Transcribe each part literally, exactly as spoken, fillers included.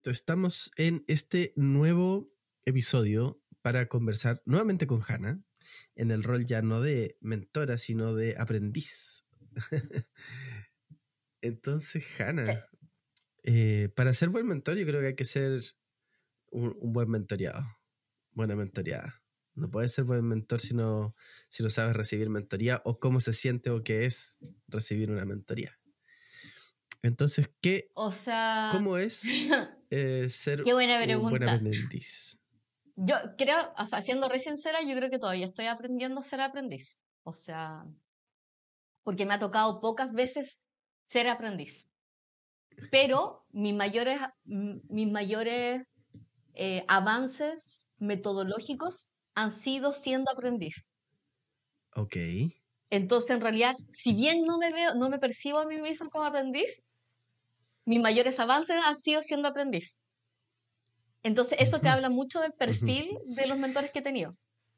Estamos en este nuevo episodio para conversar nuevamente con Hannah, en el rol ya no de mentora, sino de aprendiz. Entonces, Sí. Hannah, eh, para ser buen mentor yo creo que hay que ser un, un buen mentoreado, buena mentoreada. No puedes ser buen mentor si no, si no sabes recibir mentoría o cómo se siente o qué es recibir una mentoría. Entonces, ¿qué, O sea, ¿cómo es eh, ser qué buena un buen pregunta. aprendiz? Yo creo, o sea, siendo re sincera, yo creo que todavía estoy aprendiendo a ser aprendiz. O sea, porque me ha tocado pocas veces ser aprendiz. Pero mis mayores, m- mis mayores eh, avances metodológicos han sido siendo aprendiz. Ok. Entonces, en realidad, si bien no me veo, no me percibo a mí mismo como aprendiz, mis mayores avances han sido siendo aprendiz. Entonces, eso te Ujú, habla mucho del ujú. perfil de los mentores que he tenido.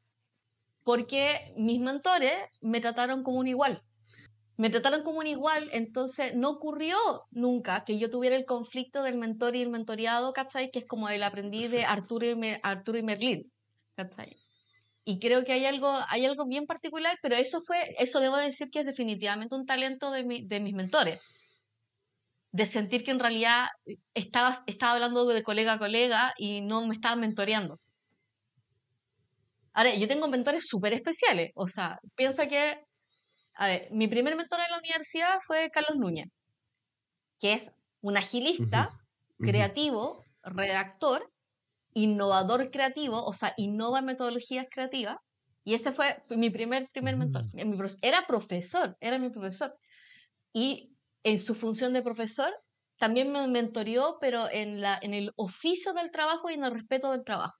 Porque mis mentores me trataron como un igual. Me trataron como un igual, entonces no ocurrió nunca que yo tuviera el conflicto del mentor y el mentoreado, ¿cachai? Que es como el aprendiz de Perfecto. Arturo y, Mer- Arturo y Merlín, ¿cachai? Y creo que hay algo, hay algo bien particular, pero eso fue, eso debo decir que es definitivamente un talento de, mi, de mis mentores, de sentir que en realidad estaba, estaba hablando de colega a colega y no me estaban mentoreando. Ahora, yo tengo mentores súper especiales, o sea, piensa que, a ver, mi primer mentor en la universidad fue Carlos Núñez, que es un Ujú, agilista, ujú. creativo, redactor, innovador creativo, o sea, innova metodologías creativas. Y ese fue mi primer, primer mentor. Mm. Mi profe- Era profesor, era mi profesor. Y en su función de profesor también me mentoreó, pero en, la, en el oficio del trabajo y en el respeto del trabajo.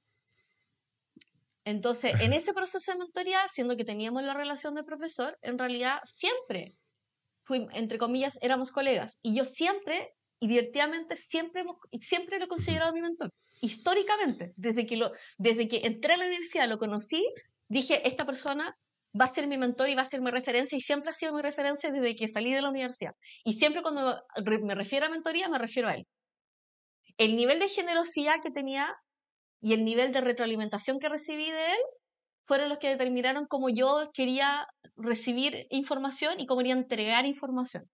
Entonces, en ese proceso de mentoría, siendo que teníamos la relación de profesor, en realidad siempre fui, entre comillas, éramos colegas. Y yo siempre, y divertidamente, siempre, hemos- siempre lo he Ujú. considerado mi mentor. Históricamente, desde que, lo, desde que entré a la universidad, lo conocí, dije, esta persona va a ser mi mentor y va a ser mi referencia, y siempre ha sido mi referencia desde que salí de la universidad. Y siempre cuando re- me refiero a mentoría, me refiero a él. El nivel de generosidad que tenía y el nivel de retroalimentación que recibí de él fueron los que determinaron cómo yo quería recibir información y cómo quería entregar información.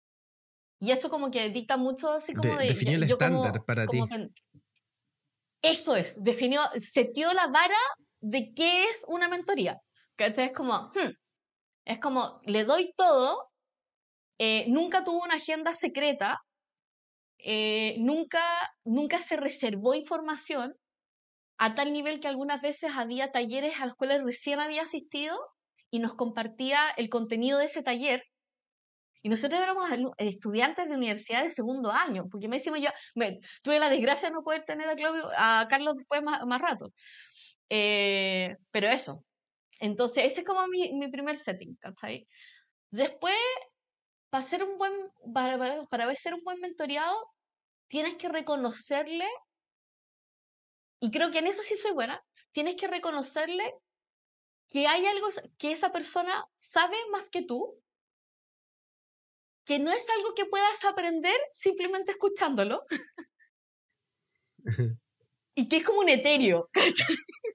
Y eso como que dicta mucho así como De- de, yo, definió el yo estándar como, para como, ti. apen- eso es, definió, setió la vara de qué es una mentoría. Que es como, hmm, es como, le doy todo, eh, nunca tuvo una agenda secreta, eh, nunca, nunca se reservó información, a tal nivel que algunas veces había talleres a los cuales recién había asistido y nos compartía el contenido de ese taller. Y nosotros éramos alum- estudiantes de universidad de segundo año, porque me decimos yo, me, tuve la desgracia de no poder tener a, Claudio, a Carlos después más, más rato. Eh, pero eso. Entonces, ese es como mi, mi primer setting, ¿cachai? Después, para ser un buen, para, para, para ser un buen mentoreado, tienes que reconocerle, y creo que en eso sí soy buena, tienes que reconocerle que hay algo que esa persona sabe más que tú, que no es algo que puedas aprender simplemente escuchándolo, y que es como un etéreo, ¿cachai?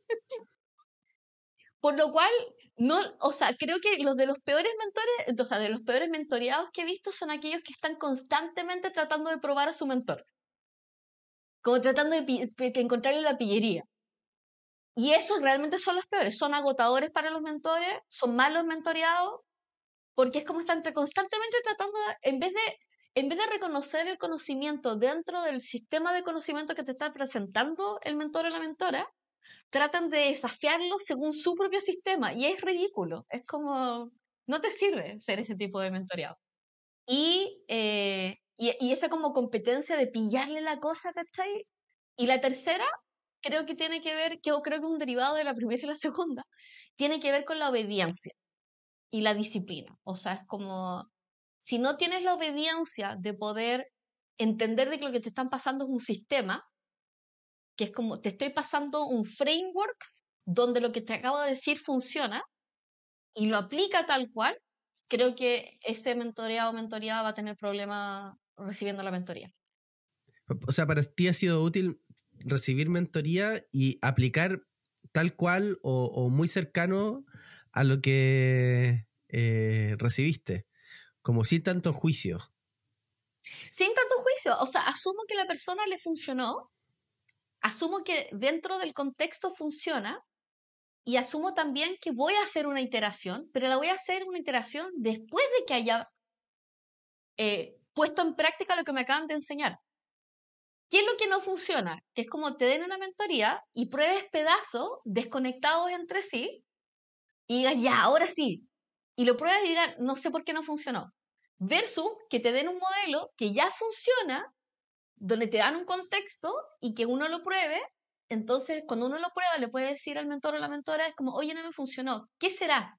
Por lo cual, no, o sea, creo que los de los peores mentores, o sea, de los peores mentoreados que he visto son aquellos que están constantemente tratando de probar a su mentor, como tratando de, pi- de encontrarle la pillería. Y esos realmente son los peores, son agotadores para los mentores, son malos mentoreados, porque es como están tre- constantemente tratando, de, en vez de, en vez de reconocer el conocimiento dentro del sistema de conocimiento que te está presentando el mentor o la mentora, tratan de desafiarlo según su propio sistema y es ridículo, es como, no te sirve ser ese tipo de mentoreado. Y, eh, y, y esa como competencia de pillarle la cosa, ¿cachai? Y la tercera, creo que tiene que ver, que yo creo que es un derivado de la primera y la segunda, tiene que ver con la obediencia y la disciplina. O sea, es como, si no tienes la obediencia de poder entender de que lo que te están pasando es un sistema, que es como, te estoy pasando un framework donde lo que te acabo de decir funciona y lo aplica tal cual, creo que ese mentoreado o mentoreada va a tener problemas recibiendo la mentoría. O sea, para ti ha sido útil recibir mentoría y aplicar tal cual o, o muy cercano a lo que eh, recibiste, como sin tanto juicio. Sin tanto juicio, o sea, asumo que la persona le funcionó, asumo que dentro del contexto funciona y asumo también que voy a hacer una iteración, pero la voy a hacer una iteración después de que haya eh, puesto en práctica lo que me acaban de enseñar. ¿Qué es lo que no funciona? Que es como te den una mentoría y pruebes pedazos desconectados entre sí y digas, ya, ahora sí. Y lo pruebas y digas, no sé por qué no funcionó. Versus que te den un modelo que ya funciona, donde te dan un contexto y que uno lo pruebe. Entonces, cuando uno lo prueba, le puede decir al mentor o la mentora, es como, oye, no me funcionó. ¿Qué será?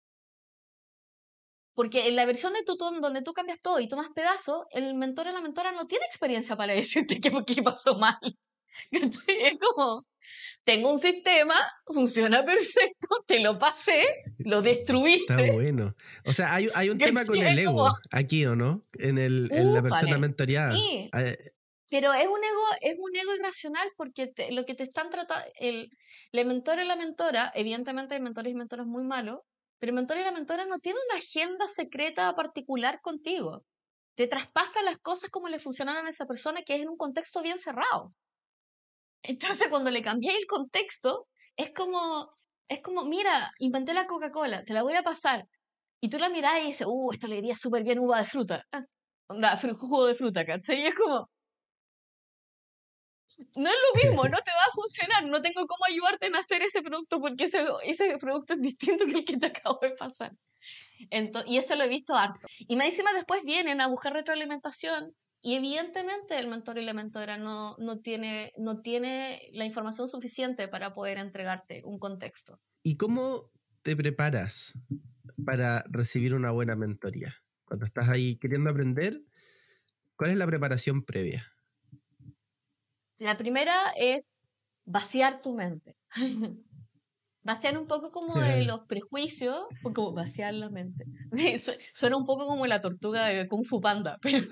Porque en la versión de Tutón, donde tú cambias todo y tomas pedazos, el mentor o la mentora no tiene experiencia para decirte qué, qué pasó mal. Es como, tengo un sistema, funciona perfecto, te lo pasé, lo Está destruiste. bueno. O sea, hay, hay un tema con el Es como, ego aquí, ¿o no? En, el, en la persona úfale. mentoreada. Sí, Eh, pero es un ego, es un ego irracional porque te- lo que te están tratando, el, el mentor y la mentora, evidentemente hay mentores y mentoras muy malos, pero el mentor y la mentora no tienen una agenda secreta particular contigo. Te traspasa las cosas como le funcionan a esa persona que es en un contexto bien cerrado. Entonces cuando le cambié el contexto, es como, es como, mira, inventé la Coca-Cola, te la voy a pasar. Y tú la mirás y dices, uh, esto le iría súper bien uva de fruta. Ah, onda, fru- jugo de fruta, ¿cachai? Y es como, no es lo mismo, no te va a funcionar, no tengo cómo ayudarte en hacer ese producto porque ese, ese producto es distinto que el que te acabo de pasar. Ento- y eso lo he visto harto. Y más encima después vienen a buscar retroalimentación y evidentemente el mentor y la mentora no, no, tiene, no tiene la información suficiente para poder entregarte un contexto. ¿Y cómo te preparas para recibir una buena mentoría? Cuando estás ahí queriendo aprender, ¿cuál es la preparación previa? La primera es vaciar tu mente. Vaciar un poco como de los prejuicios, o como vaciar la mente. Su- Suena un poco como la tortuga de Kung Fu Panda, pero,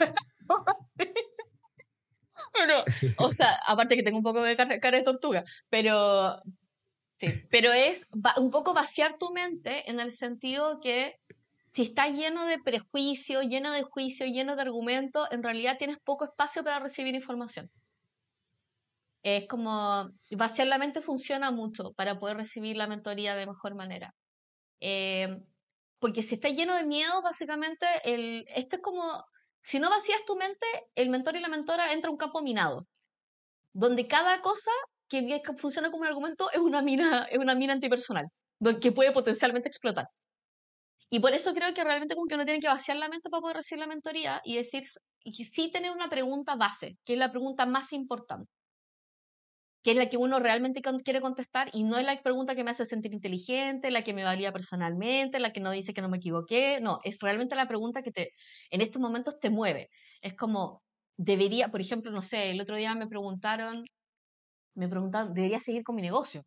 pero o sea, aparte que tengo un poco de cara, cara de tortuga, pero sí, pero es va- un poco vaciar tu mente en el sentido que si está lleno de prejuicios, lleno de juicios, lleno de argumentos, en realidad tienes poco espacio para recibir información. Es como vaciar la mente funciona mucho para poder recibir la mentoría de mejor manera. Eh, porque si está lleno de miedo, básicamente, el, esto es como, si no vacías tu mente, el mentor y la mentora entra a un campo minado, donde cada cosa que, que funciona como un argumento es una mina, es una mina antipersonal, donde, que puede potencialmente explotar. Y por eso creo que realmente como que uno tiene que vaciar la mente para poder recibir la mentoría y decir, y sí tener una pregunta base, que es la pregunta más importante, que es la que uno realmente con- quiere contestar y no es la pregunta que me hace sentir inteligente, la que me valía personalmente, la que no dice que no me equivoqué, no, es realmente la pregunta que te, en estos momentos te mueve. Es como, debería, por ejemplo, no sé, el otro día me preguntaron, me preguntaron, ¿debería seguir con mi negocio?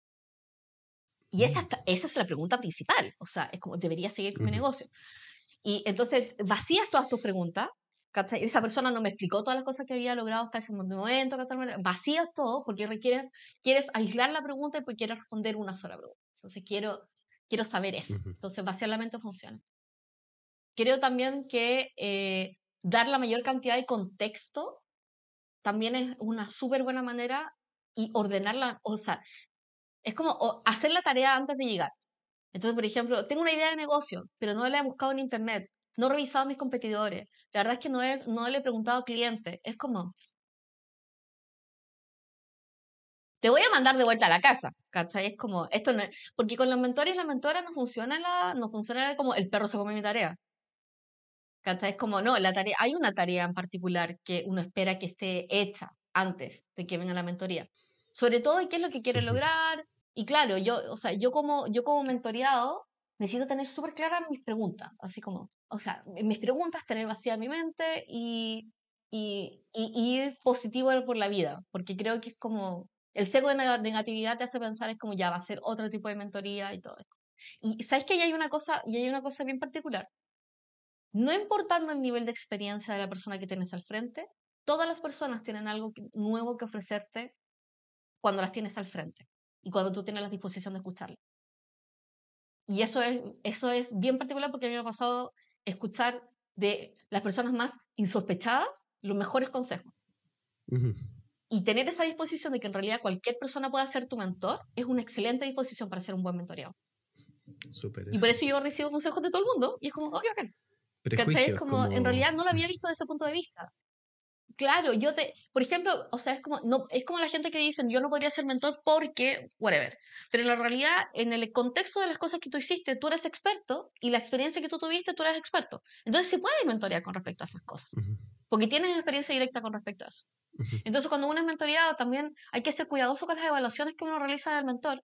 Y esa, esa es la pregunta principal, o sea, es como, ¿debería seguir con mi Ujú. negocio? Y entonces vacías todas tus preguntas, ¿cachai? Esa persona no me explicó todas las cosas que había logrado hasta ese momento, ¿cachai? Vacías todo porque requieres, quieres aislar la pregunta y porque quieres responder una sola pregunta. Entonces quiero, quiero saber eso. Ujú. Entonces vaciar la mente funciona. Creo también que eh, dar la mayor cantidad de contexto también es una súper buena manera y ordenarla, o sea, es como o, hacer la tarea antes de llegar. Entonces, por ejemplo, tengo una idea de negocio, pero no la he buscado en internet, no he revisado a mis competidores, la verdad es que no, he, no le he preguntado a clientes, es como, te voy a mandar de vuelta a la casa, ¿cachai? Es como, esto no es, porque con los mentores y las mentoras no funciona, la, no funciona como el perro se come mi tarea, ¿cachai? Es como, no, la tarea, hay una tarea en particular que uno espera que esté hecha antes de que venga la mentoría. Sobre todo, ¿qué es lo que quiere Ujú. lograr? Y claro, yo, o sea, yo como, yo como mentoreado necesito tener súper claras mis preguntas, así como, o sea, mis preguntas, tener vacía mi mente y, y, y, y ir positivo por la vida, porque creo que es como, el sesgo de neg- negatividad te hace pensar, es como ya va a ser otro tipo de mentoría y todo eso. Y sabes que hay una cosa, y hay una cosa bien particular. No importando el nivel de experiencia de la persona que tienes al frente, todas las personas tienen algo que- nuevo que ofrecerte cuando las tienes al frente y cuando tú tienes la disposición de escucharlas. Y eso es, eso es bien particular porque a mí me ha pasado escuchar de las personas más insospechadas los mejores consejos. Ujú. Y tener esa disposición de que en realidad cualquier persona pueda ser tu mentor es una excelente disposición para ser un buen mentoreado. Súper Y eso. por eso yo recibo consejos de todo el mundo y es como, ok, ok. ¿Cachai? Es Prejuicios, como, en como... realidad no lo había visto desde ese punto de vista. Claro, yo te, por ejemplo, o sea, es como, no, es como la gente que dicen, yo no podría ser mentor porque, whatever. Pero en la realidad, en el contexto de las cosas que tú hiciste, tú eres experto y la experiencia que tú tuviste, tú eres experto. Entonces se puede mentorear con respecto a esas cosas, Ujú, porque tienes experiencia directa con respecto a eso. ujú, Entonces, cuando uno es mentoreado, también hay que ser cuidadoso con las evaluaciones que uno realiza del mentor.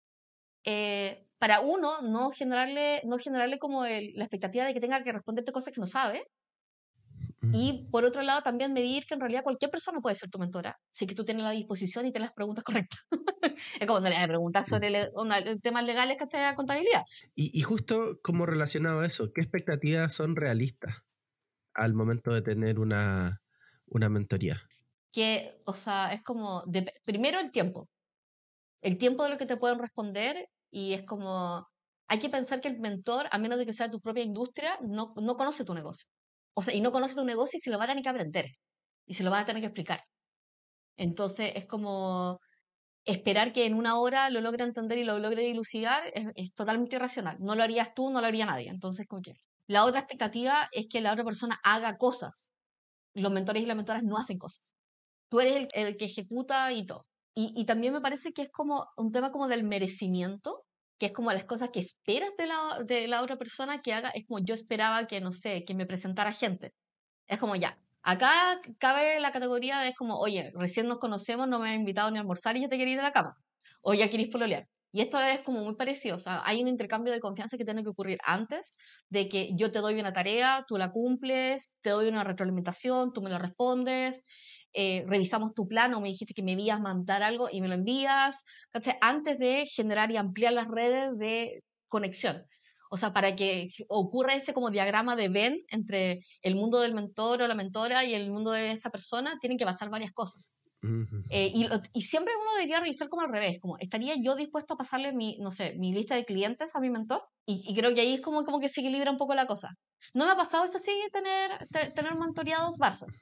Eh, para uno, no generarle, no generarle como el- la expectativa de que tenga que responderte cosas que no sabe. ujú. Y por otro lado, también medir que en realidad cualquier persona puede ser tu mentora, si que tú tienes la disposición y tienes las preguntas correctas. Es como no le vas a preguntar sobre le- onda, temas legales que de contabilidad. Y, y justo como relacionado a eso, ¿qué expectativas son realistas al momento de tener una, una mentoría? Que, o sea, es como, de- primero el tiempo. El tiempo de lo que te pueden responder y es como, hay que pensar que el mentor, a menos de que sea tu propia industria, no, no conoce tu negocio. O sea, y no conoce tu negocio y se lo va a tener que aprender. Y se lo va a tener que explicar. Entonces, es como esperar que en una hora lo logre entender y lo logre dilucidar es, es totalmente irracional. No lo harías tú, no lo haría nadie. Entonces, como que la otra expectativa es que la otra persona haga cosas. Los mentores y las mentoras no hacen cosas. Tú eres el, el que ejecuta y todo. Y, y también me parece que es como un tema como del merecimiento, que es como las cosas que esperas de la, de la otra persona que haga. Es como yo esperaba que, no sé, que me presentara gente. Es como ya. Acá cabe la categoría de es como, oye, recién nos conocemos, no me has invitado ni a almorzar y ya te quería ir a la cama. O ya querís pololear. Y esto es como muy parecido. O sea, hay un intercambio de confianza que tiene que ocurrir antes de que yo te doy una tarea, tú la cumples, te doy una retroalimentación, tú me lo respondes, eh, revisamos tu plan o me dijiste que me ibas a mandar algo y me lo envías. ¿Cachai? Antes de generar y ampliar las redes de conexión. O sea, para que ocurra ese como diagrama de Venn entre el mundo del mentor o la mentora y el mundo de esta persona, tienen que pasar varias cosas. Ujú. Eh, y, lo- y siempre uno debería revisar como al revés, como, ¿estaría yo dispuesto a pasarle mi, no sé, mi lista de clientes a mi mentor? Y, y creo que ahí es como, como que se equilibra un poco la cosa. No me ha pasado eso sí, tener, te- tener mentoreados Barzas.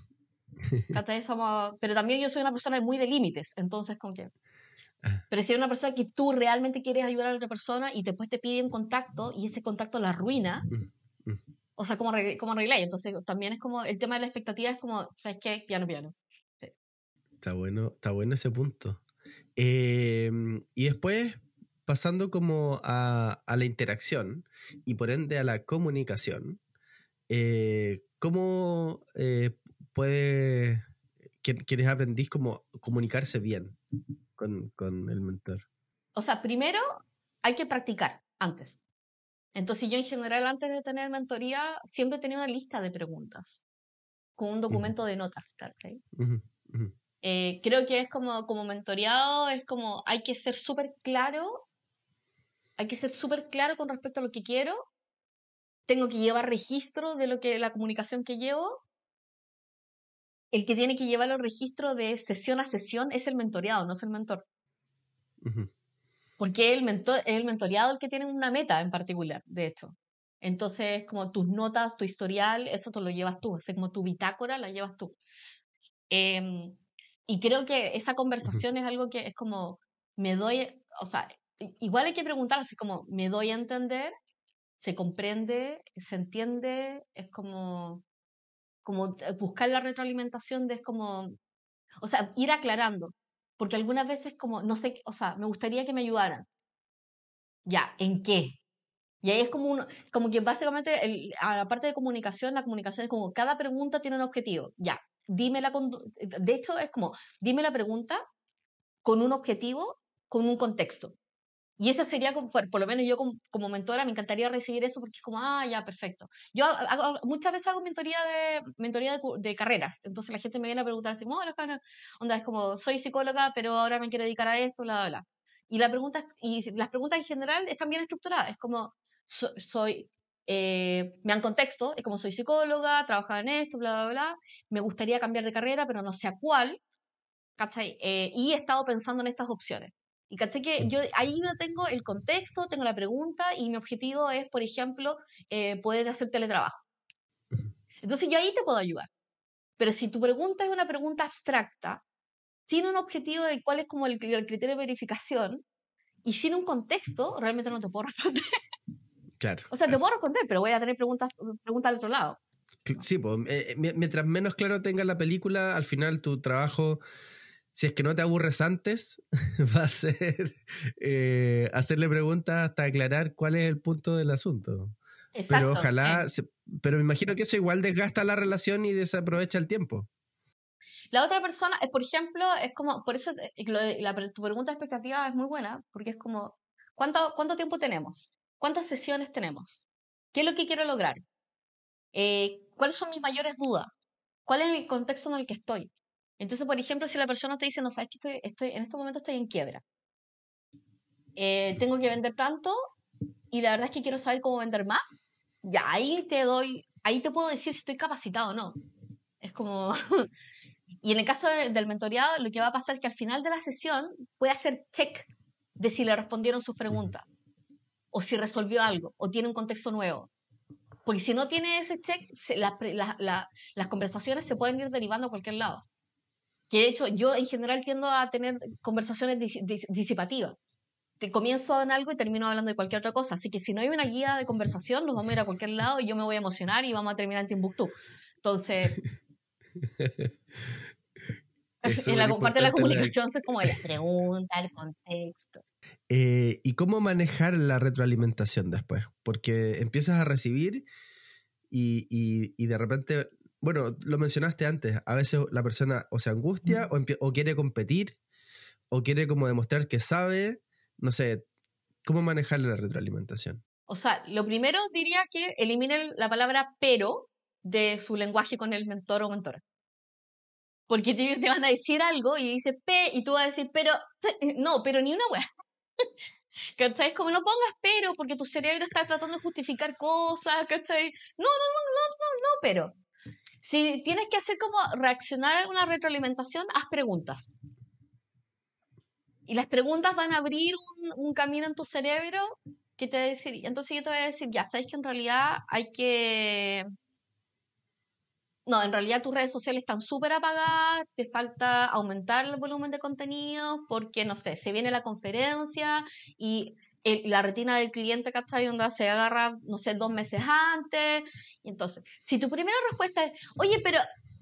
¿Cachai? Somos- Pero también yo soy una persona muy de límites, entonces como que... Ah, Pero si hay una persona que tú realmente quieres ayudar a otra persona y después te pide un contacto y ese contacto la arruina, mm, mm. o sea, ¿cómo, arregl- cómo arregláis? Entonces, también es como el tema de la expectativa es como, ¿sabes qué? Piano, piano. Sí. Está bueno, está bueno ese punto. Eh, y después, pasando como a, a la interacción y por ende a la comunicación, eh, ¿cómo eh, puede quien- quienes aprendís como comunicarse bien con, con el mentor? O sea, primero hay que practicar antes. Entonces, yo en general, antes de tener mentoría, siempre tenía una lista de preguntas con un Ujú, documento de notas. ¿Cachai? ujú, ujú, Eh, creo que es como, como mentoreado, es como hay que ser súper claro, hay que ser súper claro con respecto a lo que quiero. Tengo que llevar registro de lo que la comunicación que llevo. El que tiene que llevar los registros de sesión a sesión es el mentoreado, no es el mentor. ujú, Porque el mentor, el mentoreado el que tiene una meta en particular, de hecho. Entonces, como tus notas, tu historial, eso te lo llevas tú. O sea, como tu bitácora la llevas tú. Em, y creo que esa ujú, conversación es algo que es como, me doy, o sea, i- igual hay que preguntar así como, me doy a entender, se comprende, se entiende, es como, como t- buscar la retroalimentación de es como, o sea, ir aclarando. Porque algunas veces como, no sé, o sea, me gustaría que me ayudaran. Ya, ¿en qué? Y ahí es como, un, como que básicamente el, a la parte de comunicación, la comunicación es como cada pregunta tiene un objetivo. Ya, dime la... con- De hecho, es como, dime la pregunta con un objetivo, con un contexto. Y ese sería, como- por, por lo menos yo como, como mentora, me encantaría recibir eso porque es como, ah, ya, perfecto. Yo hago- hago- muchas veces hago mentoría de mentoría de, cu- de carreras. Entonces la gente me viene a preguntar así, como, hola, Jana". Onda, es como, soy psicóloga, pero ahora me quiero dedicar a esto, bla, bla, bla. Y, la pregunta, y las preguntas en general están bien estructuradas. Es como, so- soy, eh, me dan contexto, es como soy psicóloga, trabajaba en esto, bla, bla, bla, me gustaría cambiar de carrera, pero no sé a cuál, ¿cachai? Eh, y he estado pensando en estas opciones. Y caché que yo ahí no tengo el contexto, tengo la pregunta y mi objetivo es, por ejemplo, eh, poder hacer teletrabajo. Entonces yo ahí te puedo ayudar. Pero si tu pregunta es una pregunta abstracta, sin un objetivo de cuál es como el, el criterio de verificación y sin un contexto, realmente no te puedo responder. Claro. O sea, claro. te puedo responder, pero voy a tener preguntas, preguntas al otro lado. Sí, pues, eh, mientras menos claro tenga la película, al final tu trabajo, si es que no te aburres antes, va a ser eh, hacerle preguntas hasta aclarar cuál es el punto del asunto. Exacto. Pero ojalá, Eh. se, pero me imagino que eso igual desgasta la relación y desaprovecha el tiempo. La otra persona, por ejemplo, es como, por eso lo, la, tu pregunta de expectativa es muy buena, porque es como, ¿cuánto, cuánto tiempo tenemos? ¿Cuántas sesiones tenemos? ¿Qué es lo que quiero lograr? Eh, ¿Cuáles son mis mayores dudas? ¿Cuál es el contexto en el que estoy? Entonces, por ejemplo, si la persona te dice, no sabes que estoy, estoy, en este momento estoy en quiebra, eh, tengo que vender tanto y la verdad es que quiero saber cómo vender más, ya ahí te doy, ahí te puedo decir si estoy capacitado o no. Es como... Y en el caso de, del mentoreado, lo que va a pasar es que al final de la sesión puede hacer check de si le respondieron sus preguntas, o si resolvió algo, o tiene un contexto nuevo. Porque si no tiene ese check, se, la, la, la, las conversaciones se pueden ir derivando a cualquier lado. Que de hecho, yo en general tiendo a tener conversaciones dis, dis, disipativas. Que comienzo en algo y termino hablando de cualquier otra cosa. Así que si no hay una guía de conversación, nos vamos a ir a cualquier lado y yo me voy a emocionar y vamos a terminar en Timbuktu. Entonces... en la parte de la comunicación la... es como las preguntas, el contexto. Eh, ¿Y cómo manejar la retroalimentación después? Porque empiezas a recibir y, y, y de repente, bueno, lo mencionaste antes, a veces la persona o se angustia mm. o, o quiere competir o quiere como demostrar que sabe, no sé, ¿cómo manejar la retroalimentación? O sea, lo primero diría que eliminen la palabra pero de su lenguaje con el mentor o mentora. Porque te, te van a decir algo y dice P y tú vas a decir, pero, no, pero ni una wea. ¿Cachai? Como no pongas pero porque tu cerebro está tratando de justificar cosas, ¿cachai? No, no, no, no, no, no, pero. Si tienes que hacer como reaccionar a una retroalimentación, haz preguntas. Y las preguntas van a abrir un, un camino en tu cerebro que te va a decir, entonces yo te voy a decir, ya, sabes que en realidad hay que... No, en realidad tus redes sociales están súper apagadas, te falta aumentar el volumen de contenido porque, no sé, se viene la conferencia y el, la retina del cliente, ¿cachai? Donde se agarra, no sé, dos meses antes. Y entonces, si tu primera respuesta es, oye, pero...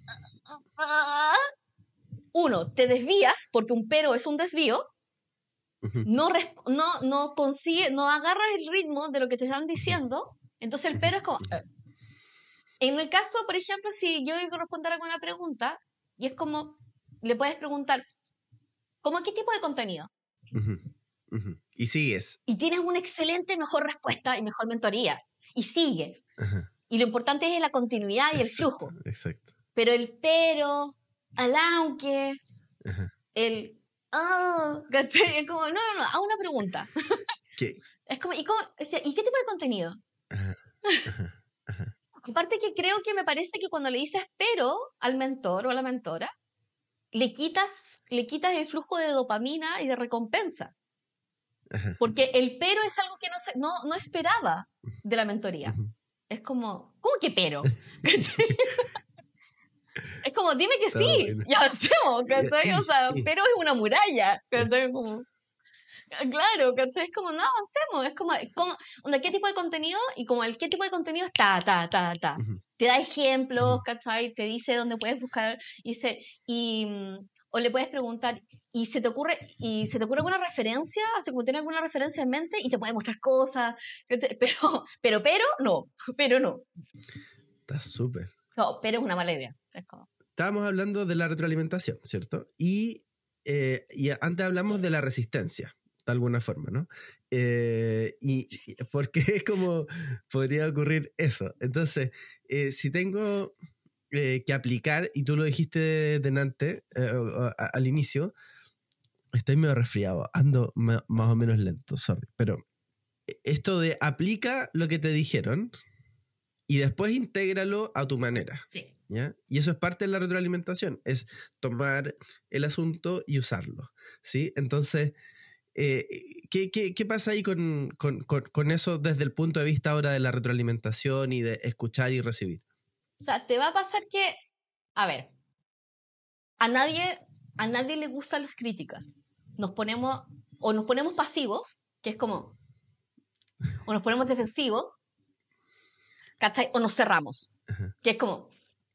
Uno, te desvías porque un pero es un desvío. No, no, no consigue, no agarras el ritmo de lo que te están diciendo, entonces el pero es como... Eh. En el caso, por ejemplo, si yo digo responder alguna pregunta, y es como, le puedes preguntar, ¿cómo qué tipo de contenido? Uh-huh. Uh-huh. Y sigues. Y tienes una excelente, mejor respuesta y mejor mentoría. Y sigues. Uh-huh. Y lo importante es la continuidad y exacto, el flujo. Exacto. Pero el pero, el aunque, uh-huh. el... Oh, es como, no, no, no, haz una pregunta. ¿Qué? Es como, ¿y, cómo, ¿y qué tipo de contenido? Ajá, ajá, ajá. Aparte que creo que me parece que cuando le dices pero al mentor o a la mentora, le quitas, le quitas el flujo de dopamina y de recompensa. Ajá. Porque el pero es algo que no, se, no, no esperaba de la mentoría. Uh-huh. Es como, ¿cómo que pero? Es como, dime que todo sí, bueno. Ya hacemos, ¿cachai? O sea, pero es una muralla, ¿cachai? Como, claro, ¿cachai? Es como, no, avancemos, es como, como ¿qué tipo de contenido? Y como el qué tipo de contenido está, ta, ta, ta. Uh-huh. Te da ejemplos, uh-huh. ¿cachai? Te dice dónde puedes buscar, y, se, y o le puedes preguntar, y se te ocurre, y se te ocurre alguna referencia, así como tiene alguna referencia en mente, y te puede mostrar cosas, pero, pero, pero, no, pero no. Está súper. No, pero es una mala idea. Es como... Estábamos hablando de la retroalimentación, ¿cierto? Y, eh, y antes hablamos de la resistencia, de alguna forma, ¿no? Eh, y, y porque es como podría ocurrir eso. Entonces, eh, si tengo eh, que aplicar, y tú lo dijiste delante, eh, a, al inicio, estoy medio resfriado, ando ma, más o menos lento, sorry, pero esto de aplica lo que te dijeron, y después intégralo a tu manera. Sí. ¿Ya? Y eso es parte de la retroalimentación, es tomar el asunto y usarlo, ¿sí? Entonces, eh, ¿qué, qué, ¿qué pasa ahí con, con, con, con eso desde el punto de vista ahora de la retroalimentación y de escuchar y recibir? O sea, te va a pasar que, a ver, a nadie, a nadie le gustan las críticas. Nos ponemos, o nos ponemos pasivos, que es como, o nos ponemos defensivos, ¿cachai? O nos cerramos, Ajá. que es como,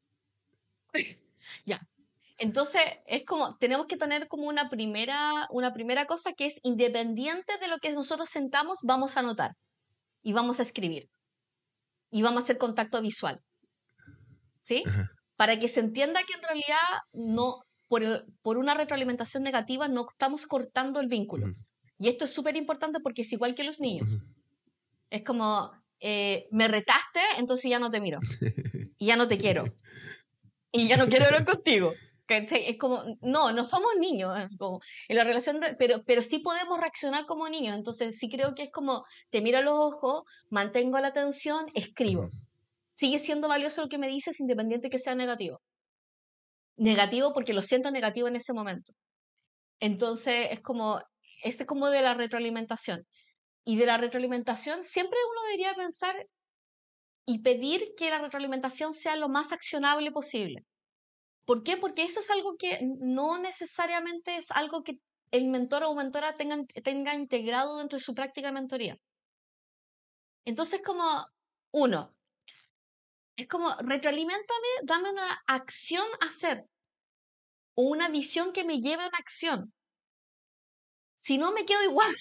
ya. Entonces, es como, tenemos que tener como una primera, una primera cosa que es independiente de lo que nosotros sentamos, vamos a anotar y vamos a escribir y vamos a hacer contacto visual, ¿sí? Ajá. Para que se entienda que en realidad no, por, el- por una retroalimentación negativa no estamos cortando el vínculo. Ujú. Y esto es súper importante porque es igual que los niños. Ujú. Es como, eh, me retaste, entonces ya no te miro. Y ya no te quiero. Y ya no quiero hablar contigo. ¿Cachai? Es como, no, no somos niños. Es como, en la relación, de- pero, pero sí podemos reaccionar como niños. Entonces sí creo que es como, te miro a los ojos, mantengo la atención, escribo. Ujú. Sigue siendo valioso lo que me dices, independiente que sea negativo. Negativo porque lo siento negativo en ese momento. Entonces es como, este es como de la retroalimentación. Y de la retroalimentación siempre uno debería pensar y pedir que la retroalimentación sea lo más accionable posible. ¿Por qué? Porque eso es algo que no necesariamente es algo que el mentor o mentora tenga, tenga integrado dentro de su práctica de mentoría. Entonces como, uno, es como retroaliméntame, dame una acción a hacer o una visión que me lleve a una acción. Si no, me quedo igual.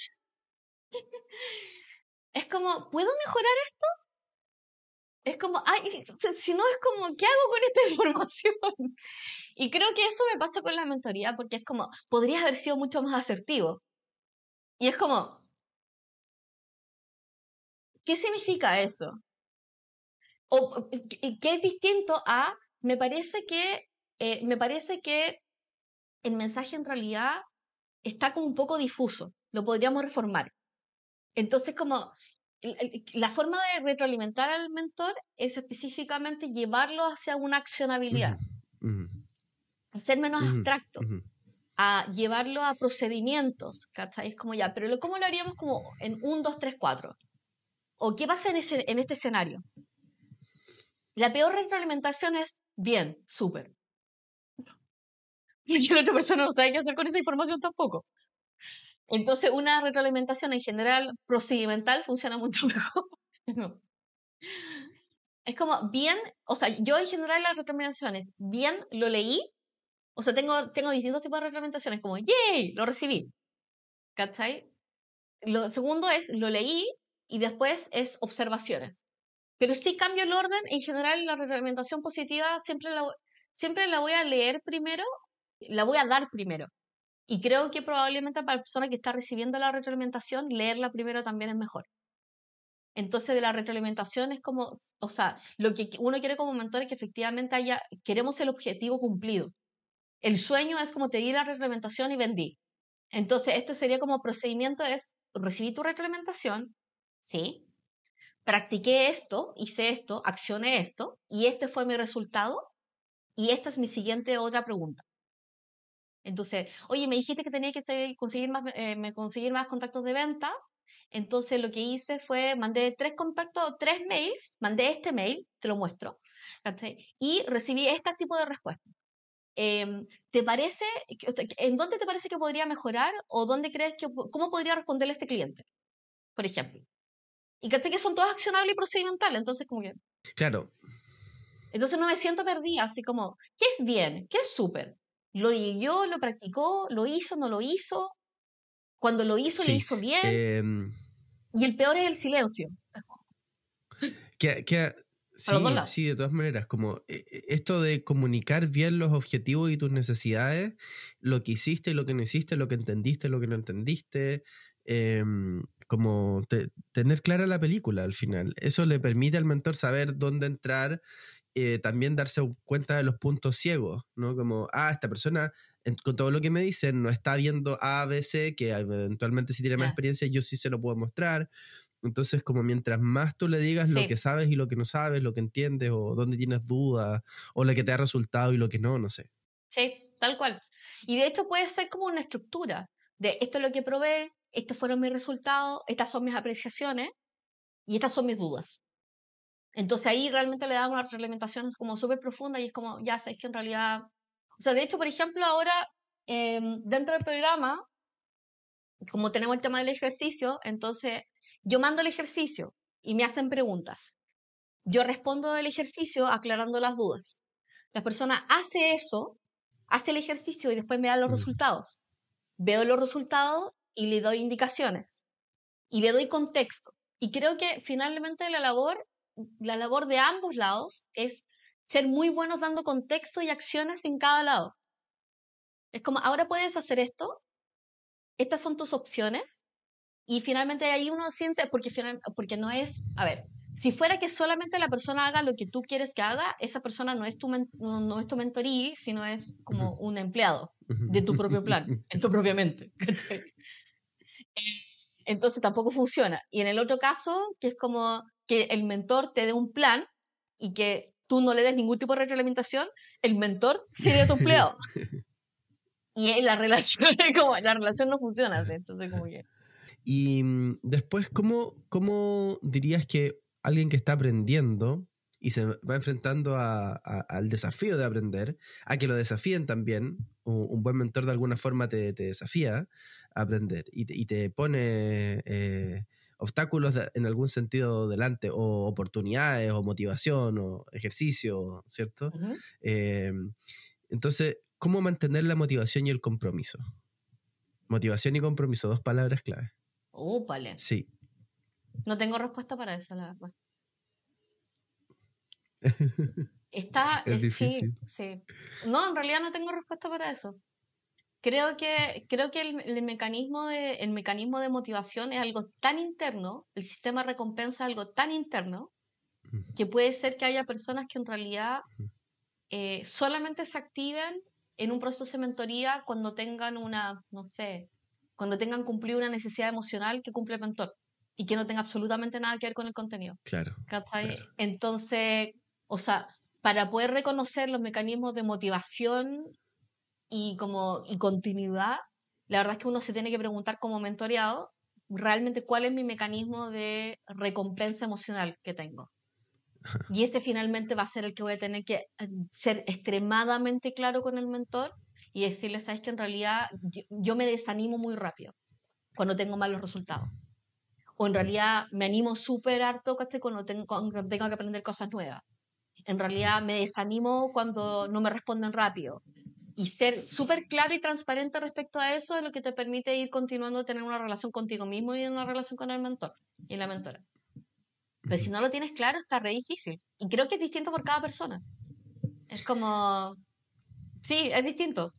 Es como, ¿puedo mejorar esto? Es como, ay, si no es como, ¿qué hago con esta información? Y creo que eso me pasa con la mentoría, porque es como, podrías haber sido mucho más asertivo. Y es como, ¿qué significa eso? O que es distinto a, me parece que, eh, me parece que el mensaje en realidad está como un poco difuso, lo podríamos reformar. Entonces, como la forma de retroalimentar al mentor es específicamente llevarlo hacia una accionabilidad, Ujú. Ujú. a ser menos Ujú. abstracto, Ujú. a llevarlo a procedimientos, ¿cachai? Es como ya, pero lo- ¿cómo lo haríamos como en un, dos, tres, cuatro? ¿O qué pasa en, ese, en este escenario? La peor retroalimentación es bien, súper. Porque la otra persona no sabe qué hacer con esa información tampoco. Entonces, una retroalimentación en general procedimental funciona mucho mejor. No. Es como bien, o sea, yo en general las retroalimentaciones, bien, lo leí, o sea, tengo, tengo distintos tipos de retroalimentaciones, como, ¡yay! Lo recibí, ¿cachai? Lo segundo es, lo leí y después es observaciones. Pero si cambio el orden, en general la retroalimentación positiva siempre la, siempre la voy a leer primero, la voy a dar primero. Y creo que probablemente para la persona que está recibiendo la retroalimentación, leerla primero también es mejor. Entonces, de la retroalimentación es como, o sea, lo que uno quiere como mentor es que efectivamente haya, queremos el objetivo cumplido. El sueño es como te di la retroalimentación y vendí. Entonces, este sería como procedimiento es, recibí tu retroalimentación, ¿sí? Practiqué esto, hice esto, accioné esto, y este fue mi resultado, y esta es mi siguiente otra pregunta. Entonces, oye, me dijiste que tenía que conseguir más, eh, me conseguir más contactos de venta. Entonces, lo que hice fue, mandé tres contactos, tres mails, mandé este mail, te lo muestro, ¿cachai? Y recibí este tipo de respuestas. Eh, ¿Te parece, en dónde te parece que podría mejorar o dónde crees que, cómo podría responderle a este cliente, por ejemplo? Y ¿cachai? Que son todas accionables y procedimentales, entonces como que... Claro. Entonces no me siento perdida, así como, ¿qué es bien? ¿Qué es súper? ¿Lo leyó, lo practicó, lo hizo, no lo hizo? Cuando lo hizo, le Sí. hizo bien. Eh, Y el peor es el silencio. que, que, A los dos sí, lados. sí, de todas maneras, como eh, esto de comunicar bien los objetivos y tus necesidades, lo que hiciste, lo que no hiciste, lo que entendiste, lo que no entendiste, eh, como te, tener clara la película al final. Eso le permite al mentor saber dónde entrar, eh, también darse cuenta de los puntos ciegos, ¿no? Como, ah, esta persona, en, con todo lo que me dicen, no está viendo A, B, C, que eventualmente si tiene más Yeah. experiencia, yo sí se lo puedo mostrar. Entonces, como mientras más tú le digas Sí. lo que sabes y lo que no sabes, lo que entiendes, o dónde tienes dudas, o lo que te ha resultado y lo que no, no sé. Sí, tal cual. Y de hecho puede ser como una estructura de esto es lo que probé, estos fueron mis resultados, estas son mis apreciaciones y estas son mis dudas. Entonces ahí realmente le damos una reglamentación como súper profunda y es como, ya sabes que en realidad... O sea, de hecho, por ejemplo, ahora eh, dentro del programa, como tenemos el tema del ejercicio, entonces yo mando el ejercicio y me hacen preguntas. Yo respondo del ejercicio aclarando las dudas. La persona hace eso, hace el ejercicio y después me da los Mm. resultados. Veo los resultados y le doy indicaciones y le doy contexto. Y creo que finalmente la labor, la labor de ambos lados es ser muy buenos dando contexto y acciones en cada lado. Es como, ahora puedes hacer esto, estas son tus opciones, y finalmente ahí uno siente, porque, final, porque no es, a ver, si fuera que solamente la persona haga lo que tú quieres que haga, esa persona no es tu, men, no, no es tu mentorí, sino es como un empleado de tu propio plan, en tu propia mente. Entonces tampoco funciona. Y en el otro caso, que es como que el mentor te dé un plan y que tú no le des ningún tipo de retroalimentación, el mentor sería tu empleado. Y en la relación, como la relación no funciona, ¿sí? Entonces como que... Y mm, después, ¿cómo, ¿cómo dirías que alguien que está aprendiendo y se va enfrentando a, a, al desafío de aprender, a que lo desafíen también, un, un buen mentor de alguna forma te, te desafía a aprender y te, y te pone eh, obstáculos de, en algún sentido delante, o oportunidades, o motivación, o ejercicio, ¿cierto? Uh-huh. Eh, entonces, ¿cómo mantener la motivación y el compromiso? Motivación y compromiso, dos palabras clave. Úpale. Sí. No tengo respuesta para eso, la verdad. Está, Es eh, difícil. sí, sí. No, en realidad no tengo respuesta para eso. Creo que, creo que el, el mecanismo de, el mecanismo de motivación es algo tan interno, el sistema de recompensa es algo tan interno, que puede ser que haya personas que en realidad eh, solamente se activen en un proceso de mentoría cuando tengan una, no sé, cuando tengan cumplido una necesidad emocional que cumple el mentor y que no tenga absolutamente nada que ver con el contenido. Claro, ¿Cachai? claro. Entonces, o sea, para poder reconocer los mecanismos de motivación y como y continuidad, la verdad es que uno se tiene que preguntar como mentoreado realmente cuál es mi mecanismo de recompensa emocional que tengo. Y ese finalmente va a ser el que voy a tener que ser extremadamente claro con el mentor y decirle, sabes que en realidad yo, yo me desanimo muy rápido cuando tengo malos resultados. O en realidad me animo súper harto cuando tengo, cuando tengo que aprender cosas nuevas. En realidad me desanimo cuando no me responden rápido. Y ser súper claro y transparente respecto a eso es lo que te permite ir continuando a tener una relación contigo mismo y una relación con el mentor y la mentora. Pero si no lo tienes claro, está re difícil. Y creo que es distinto por cada persona. Es como... Sí, es distinto.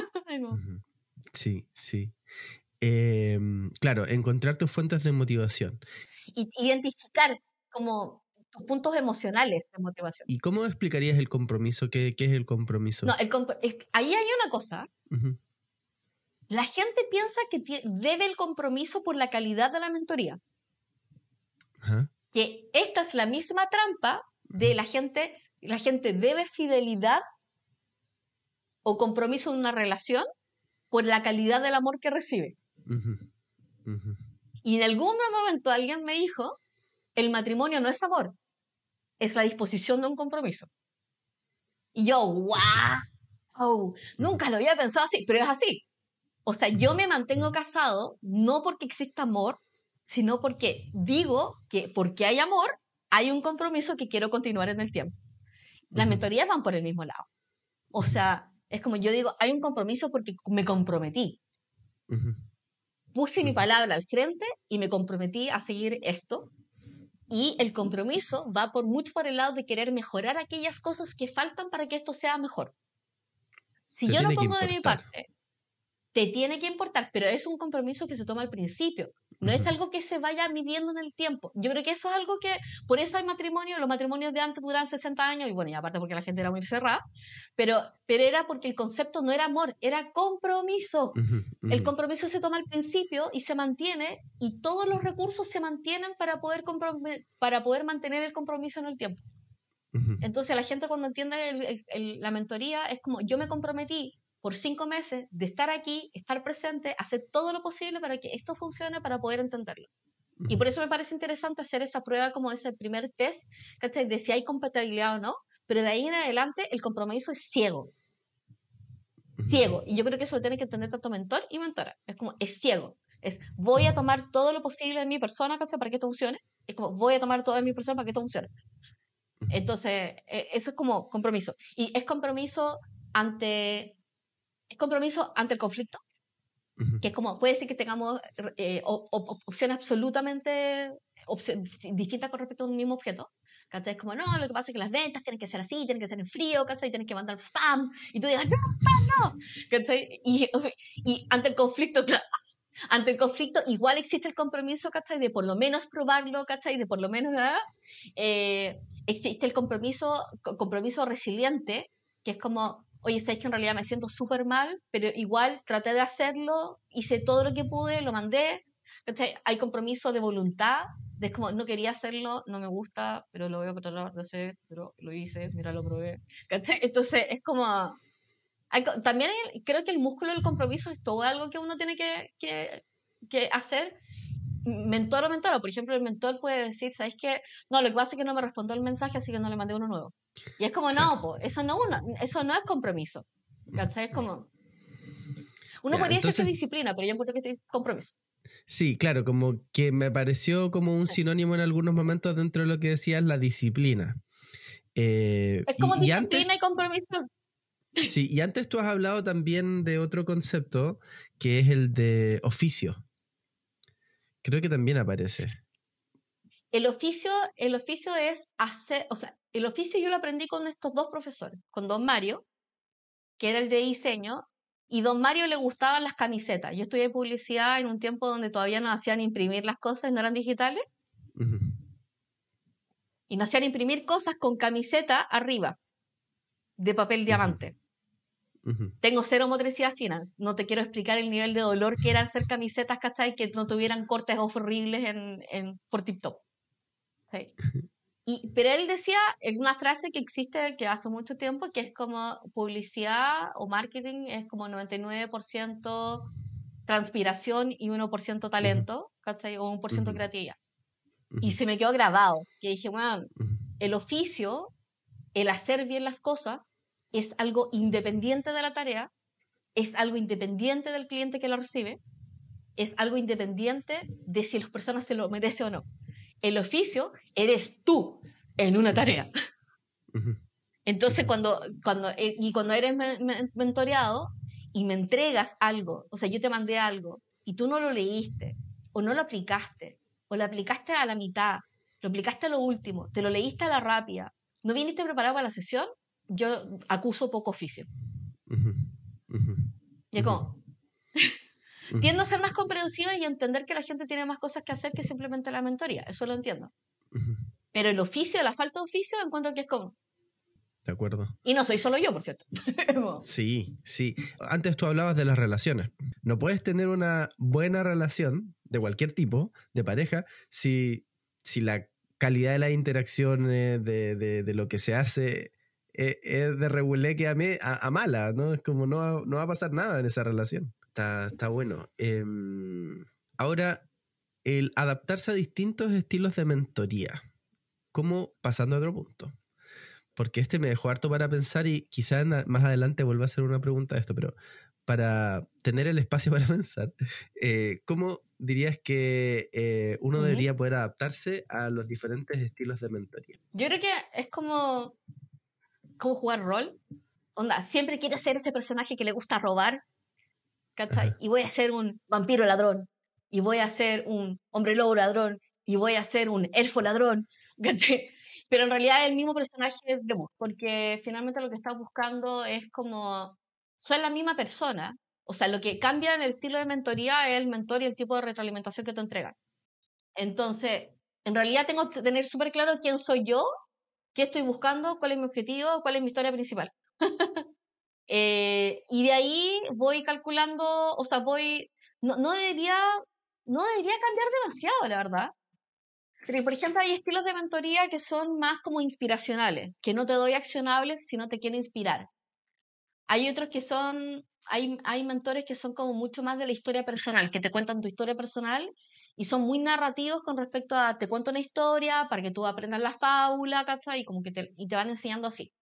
Sí, sí. Eh, claro, encontrar tus fuentes de motivación. Y identificar como tus puntos emocionales de motivación. ¿Y cómo explicarías el compromiso? ¿Qué, qué es el compromiso? No, el comp es, ahí hay una cosa. Uh-huh. La gente piensa que debe el compromiso por la calidad de la mentoría. Uh-huh. Que esta es la misma trampa de la gente, la gente debe fidelidad o compromiso en una relación por la calidad del amor que recibe. Uh-huh. Uh-huh. Y en algún momento alguien me dijo, el matrimonio no es amor, es la disposición de un compromiso. Y yo, wow, nunca lo había pensado así, pero es así. O sea, yo me mantengo casado no porque exista amor, sino porque digo que porque hay amor, hay un compromiso que quiero continuar en el tiempo. Las Uh-huh. mentorías van por el mismo lado. O sea, es como yo digo, hay un compromiso porque me comprometí. Uh-huh. Puse uh-huh. mi palabra al frente y me comprometí a seguir esto. Y el compromiso va por mucho por el lado de querer mejorar aquellas cosas que faltan para que esto sea mejor. Si Te yo no tiene que pongo de mi importar. parte, te tiene que importar, pero es un compromiso que se toma al principio. No es Ujú. algo que se vaya midiendo en el tiempo. Yo creo que eso es algo que, por eso hay matrimonios, los matrimonios de antes duraban sesenta años, y bueno, y aparte porque la gente era muy cerrada, pero, pero era porque el concepto no era amor, era compromiso. Ujú, El ujú, compromiso se toma al principio y se mantiene, y todos los recursos se mantienen para poder, comprom- para poder mantener el compromiso en el tiempo. ujú, Entonces la gente cuando entiende el- el- el- la mentoría es como yo me comprometí por cinco meses de estar aquí, estar presente, hacer todo lo posible para que esto funcione, para poder entenderlo. Y ujú, por eso me parece interesante hacer esa prueba como ese primer test, ¿cachai? De si hay compatibilidad o no, pero de ahí en adelante el compromiso es ciego, ujú, ciego. Y yo creo que eso lo tiene que entender tanto mentor y mentora. Es como, es ciego. Es, voy a tomar todo lo posible de mi persona, ¿cachai? Para que esto funcione. Es como, voy a tomar todo de mi persona para que esto funcione. ujú, Entonces, eh, eso es como compromiso. Y es compromiso ante, es compromiso ante el conflicto, ujú. que es como, puede ser que tengamos eh, o- o- opciones absolutamente opci- distintas con respecto a un mismo objeto. ¿Cachai? Es como, no, lo que pasa es que las ventas tienen que ser así, tienen que ser en frío, ¿cachai? Tienen que mandar spam, y tú digas, no, spam no, ¿cachai? Y, y ante el conflicto, claro, ante el conflicto igual existe el compromiso, ¿cachai? De por lo menos probarlo, ¿cachai? De por lo menos, ¿verdad? Eh, existe el compromiso, co- compromiso resiliente, que es como, oye, sabes que en realidad me siento súper mal, pero igual traté de hacerlo, hice todo lo que pude, lo mandé, ¿cachai? Hay compromiso de voluntad, de es como, no quería hacerlo, no me gusta, pero lo voy a tratar de hacer, pero lo hice, mira, lo probé, ¿cachai? Entonces es como, hay co- también el- creo que el músculo del compromiso es todo algo que uno tiene que, que, que hacer, mentor o mentora. Por ejemplo, el mentor puede decir, ¿sabes qué? No, lo que pasa es que no me respondió el mensaje, así que no le mandé uno nuevo. Y es como, Claro. no, pues, eso no, uno, eso no es compromiso. ¿Cachai? Es como, uno Ya, podría decir que es entonces, disciplina, pero yo encuentro que es compromiso. sí, claro, como que me pareció como un sinónimo en algunos momentos dentro de lo que decías, la disciplina. Eh, Es como y, y disciplina antes, y compromiso. sí, y antes tú has hablado también de otro concepto que es el de oficio. Creo que también aparece. El oficio, el oficio es hacer, o sea, el oficio yo lo aprendí con estos dos profesores, con don Mario, que era el de diseño, y don Mario le gustaban las camisetas. Yo estudié publicidad en un tiempo donde todavía no hacían imprimir las cosas, no eran digitales, Ujú, y nos hacían imprimir cosas con camiseta arriba, de papel ujú, diamante. ujú, Tengo cero motricidad fina, no te quiero explicar el nivel de dolor que era hacer camisetas, ¿cachai? Que no tuvieran cortes horribles en, en, por tip top. ¿Sí? Y, pero él decía en una frase que existe que hace mucho tiempo, que es como publicidad o marketing es como noventa y nueve por ciento transpiración y uno por ciento ujú, talento, ¿cachai? O uno por ciento ujú, creatividad. Y ujú, se me quedó grabado, que dije, bueno, ujú, el oficio, el hacer bien las cosas, es algo independiente de la tarea, es algo independiente del cliente que lo recibe, es algo independiente de si las personas se lo merecen o no. El oficio eres tú en una ujú, tarea. ujú, Entonces, ujú, cuando, cuando, eh, y cuando eres me- me- mentoreado y me entregas algo, o sea, yo te mandé algo y tú no lo leíste, o no lo aplicaste, o lo aplicaste a la mitad, lo aplicaste a lo último, te lo leíste a la rápida, no viniste preparado para la sesión, yo acuso poco oficio. ujú, ujú, Y es ujú, como, ujú, tiendo a ser más comprensiva y a entender que la gente tiene más cosas que hacer que simplemente la mentoría, eso lo entiendo. ujú. Pero el oficio, la falta de oficio, encuentro que es como, De acuerdo. y no soy solo yo, por cierto. Como, Sí, sí. Antes tú hablabas de las relaciones. No puedes tener una buena relación de cualquier tipo, de pareja, si, si la calidad de las interacciones, de, de, de lo que se hace, eh, es de reguleque a, me- a, a mala, ¿no? Es como no, va- no va a pasar nada en esa relación. Está, está bueno. Em, ahora, el adaptarse a distintos estilos de mentoría. Como pasando a otro punto, porque este me dejó harto para pensar y quizás más adelante vuelva a hacer una pregunta de esto, pero para tener el espacio para pensar, eh, ¿cómo dirías que eh, uno ujú. debería poder adaptarse a los diferentes estilos de mentoría? Yo creo que es como, como jugar rol. Onda, siempre quiero ser ese personaje que le gusta robar, ¿cachai? Ajá. Y voy a ser un vampiro ladrón, y voy a ser un hombre lobo ladrón, y voy a ser un elfo ladrón, ¿cachai? Pero en realidad el mismo personaje es Demo, porque finalmente lo que estás buscando es como, soy la misma persona, o sea, lo que cambia en el estilo de mentoría es el mentor y el tipo de retroalimentación que te entregan. Entonces, en realidad tengo que tener súper claro quién soy yo, qué estoy buscando, cuál es mi objetivo, cuál es mi historia principal. eh, y de ahí voy calculando, o sea, voy, no, no debería, no debería cambiar demasiado, la verdad. Pero, por ejemplo, hay estilos de mentoría que son más como inspiracionales, que no te doy accionables, sino te quiero inspirar. Hay otros que son, hay, hay mentores que son como mucho más de la historia personal, que te cuentan tu historia personal y son muy narrativos con respecto a, te cuento una historia para que tú aprendas la fábula, ¿cachai? Y como que te, y te van enseñando así.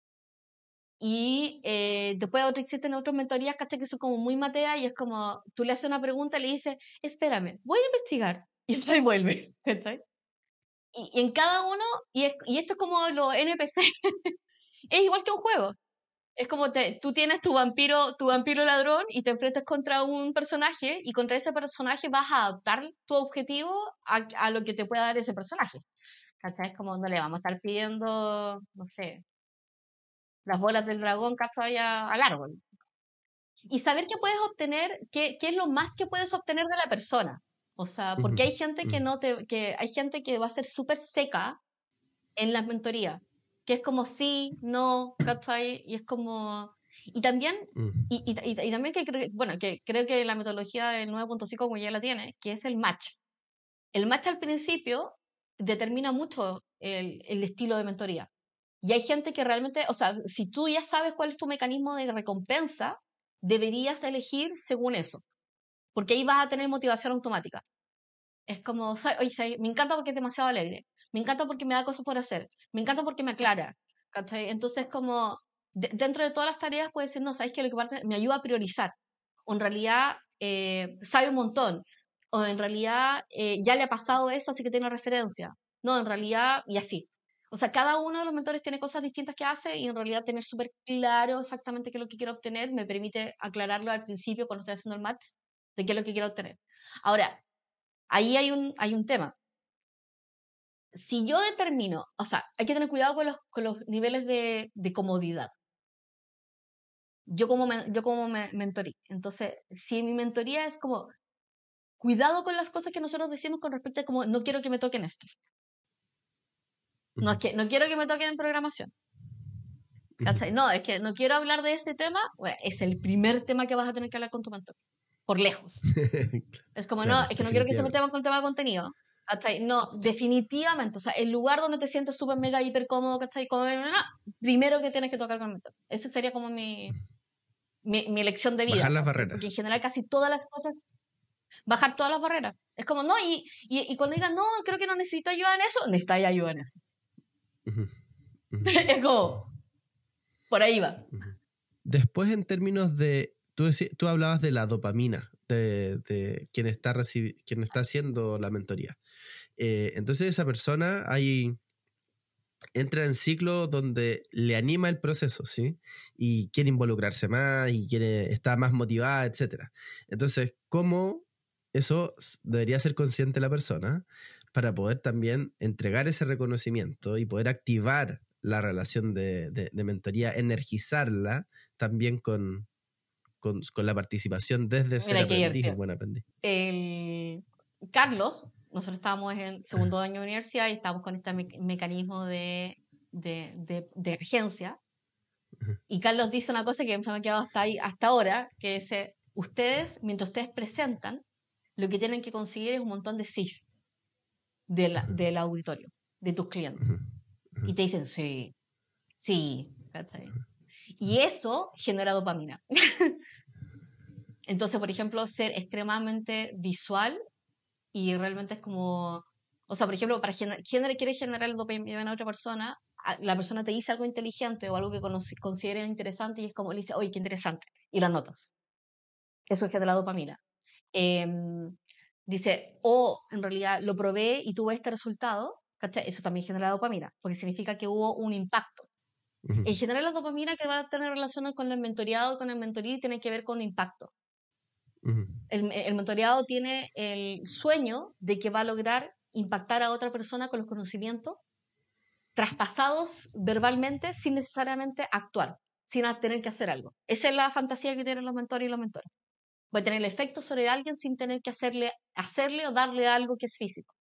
Y eh, después otros, existen otras mentorías, ¿cachai? Que son como muy mateas y es como, tú le haces una pregunta y le dices, espérame, voy a investigar. Y después vuelve, ¿cachai? Y, y en cada uno, y, es, y esto es como los N P C, es igual que un juego. Es como te, tú tienes tu vampiro, tu vampiro ladrón y te enfrentas contra un personaje y contra ese personaje vas a adaptar tu objetivo a, a lo que te pueda dar ese personaje. ¿Cachai? Es como no le vamos a estar pidiendo, no sé, las bolas del dragón, ¿cachai? Al árbol. Y saber qué puedes obtener, qué, qué es lo más que puedes obtener de la persona. O sea, porque hay gente que no te, que hay gente que va a ser súper seca en las mentorías, que es como sí, no, ¿cachai? Y es como... Y también, y, y, y, y también que creo, bueno, que creo que la metodología del nueve punto cinco como ya la tiene, que es el match. El match al principio determina mucho el, el estilo de mentoría. Y hay gente que realmente, o sea, si tú ya sabes cuál es tu mecanismo de recompensa, deberías elegir según eso, porque ahí vas a tener motivación automática. Es como, oye, me encanta porque es demasiado alegre, me encanta porque me da cosas por hacer, me encanta porque me aclara, ¿cachai? Entonces, como, de, dentro de todas las tareas puedes decir, no, ¿sabes qué? Lo que parte, me ayuda a priorizar. O en realidad, eh, sabe un montón. O en realidad, eh, ya le ha pasado eso, así que tiene referencia. No, en realidad, y así. O sea, cada uno de los mentores tiene cosas distintas que hace y en realidad tener súper claro exactamente qué es lo que quiero obtener me permite aclararlo al principio cuando estoy haciendo el match de qué es lo que quiero obtener. Ahora, ahí hay un, hay un tema. Si yo determino, o sea, hay que tener cuidado con los, con los niveles de, de comodidad. Yo como, me, yo como me, mentorí. Entonces, si mi mentoría es como, cuidado con las cosas que nosotros decimos con respecto a como, no quiero que me toquen esto. No, es que, no quiero que me toquen en programación. ¿Cachai? No, es que no quiero hablar de ese tema. Bueno, es el primer tema que vas a tener que hablar con tu mentor. Por lejos. Es como, claro, no, es que no quiero que se metan con el tema de contenido. ¿Cachai? No, definitivamente. O sea, el lugar donde te sientes súper mega hiper cómodo, ¿cachai? Como, no, no, primero que tienes que tocar con el mentor. Esa sería como mi, mi, mi elección de vida. Bajar las ¿cachai? barreras. Porque en general casi todas las cosas, bajar todas las barreras. Es como, no, y, y, y cuando digan, no, creo que no necesito ayuda en eso, necesitáis ayuda en eso. Uh-huh. Uh-huh. Es como, por ahí va. Uh-huh. Después, en términos de, tú, decí, tú hablabas de la dopamina, de, de quien, está recibi- quien está haciendo la mentoría. Eh, entonces esa persona ahí entra en ciclo donde le anima el proceso, ¿sí? Y quiere involucrarse más y quiere estar más motivada, etcétera. Entonces, ¿cómo eso debería ser consciente la persona para poder también entregar ese reconocimiento y poder activar la relación de, de, de mentoría, energizarla también con, con, con la participación desde Mira, ser aprendiz, un buen aprendiz? El Carlos, nosotros estábamos en segundo año de universidad y estábamos con este me mecanismo de, de, de, de agencia. Uh-huh. Y Carlos dice una cosa que se me ha quedado hasta, ahí, hasta ahora, que es, ustedes, mientras ustedes presentan, lo que tienen que conseguir es un montón de sí de la, uh-huh. del auditorio, de tus clientes. Uh-huh. Uh-huh. Y te dicen, sí, sí. Uh-huh. Y eso genera dopamina. Entonces, por ejemplo, ser extremadamente visual y realmente es como, o sea, por ejemplo, para gener ¿quién quiere generar el dopamina a otra persona? La persona te dice algo inteligente o algo que considera interesante y es como le dice, oye, qué interesante, y lo anotas. Eso genera dopamina. Eh, dice, o oh, en realidad lo probé y tuve este resultado, ¿cachai? Eso también genera dopamina, porque significa que hubo un impacto. Uh-huh. En general, la dopamina que va a tener relación con el mentoreado, con el mentorí, tiene que ver con impacto. Uh-huh. El, el mentoreado tiene el sueño de que va a lograr impactar a otra persona con los conocimientos traspasados verbalmente sin necesariamente actuar, sin tener que hacer algo. Esa es la fantasía que tienen los mentores y los mentores. Puede tener efecto sobre alguien sin tener que hacerle, hacerle o darle algo que es físico.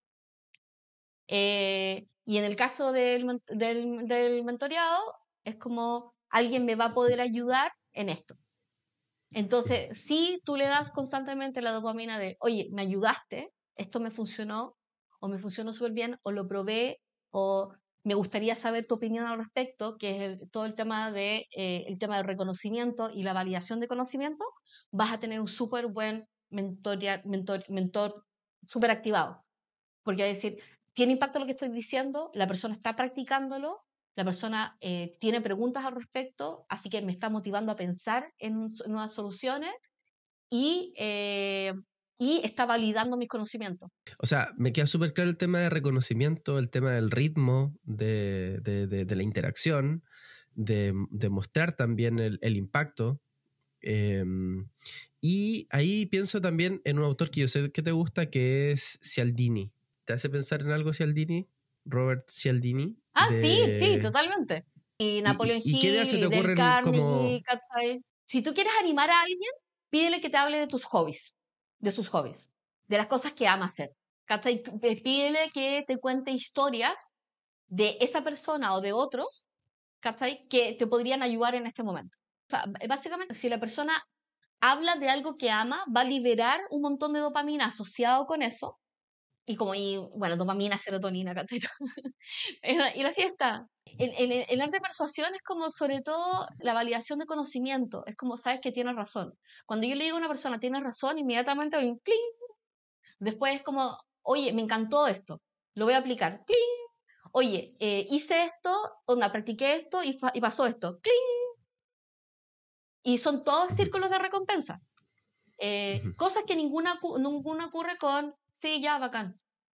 Eh, y en el caso del, del, del mentoreado, es como alguien me va a poder ayudar en esto. Entonces, si tú le das constantemente la dopamina de, oye, me ayudaste, esto me funcionó, o me funcionó súper bien, o lo probé, o me gustaría saber tu opinión al respecto, que es el, todo el tema de eh, el tema del reconocimiento y la validación de conocimiento, vas a tener un súper buen mentor, mentor, mentor súper activado. Porque va a decir, tiene impacto lo que estoy diciendo, la persona está practicándolo, la persona eh, tiene preguntas al respecto, así que me está motivando a pensar en nuevas soluciones y, eh, y está validando mis conocimientos. O sea, me queda súper claro el tema de reconocimiento, el tema del ritmo, de, de, de, de la interacción, de, de mostrar también el, el impacto. Eh, y ahí pienso también en un autor que yo sé que te gusta, que es Cialdini. ¿Te hace pensar en algo Cialdini? Robert Cialdini. Ah, sí, sí, De... totalmente. Y ¿Y, Napoleon y, y qué ideas Hill se te y Dale ocurren como... Carnegie, ¿cachai? Si tú quieres animar a alguien, pídele que te hable de tus hobbies, de sus hobbies, de las cosas que ama hacer. ¿Cachai? Pídele que te cuente historias de esa persona o de otros, ¿cachai? Que te podrían ayudar en este momento. O sea, básicamente, si la persona habla de algo que ama, va a liberar un montón de dopamina asociado con eso. Y como, y, bueno, dopamina, serotonina, ¿cachai? Y la fiesta. El, el, el arte de persuasión es como, sobre todo, la validación de conocimiento. Es como, sabes que tienes razón. Cuando yo le digo a una persona, tienes razón, inmediatamente hay un cling. Después es como, oye, me encantó esto, lo voy a aplicar. ¡Cling! Oye, eh, hice esto, onda, practiqué esto y, y pasó esto. ¡Cling! Y son todos círculos de recompensa. Eh, Ujú. cosas que ninguna, ninguna ocurre con, sí, ya, bacán.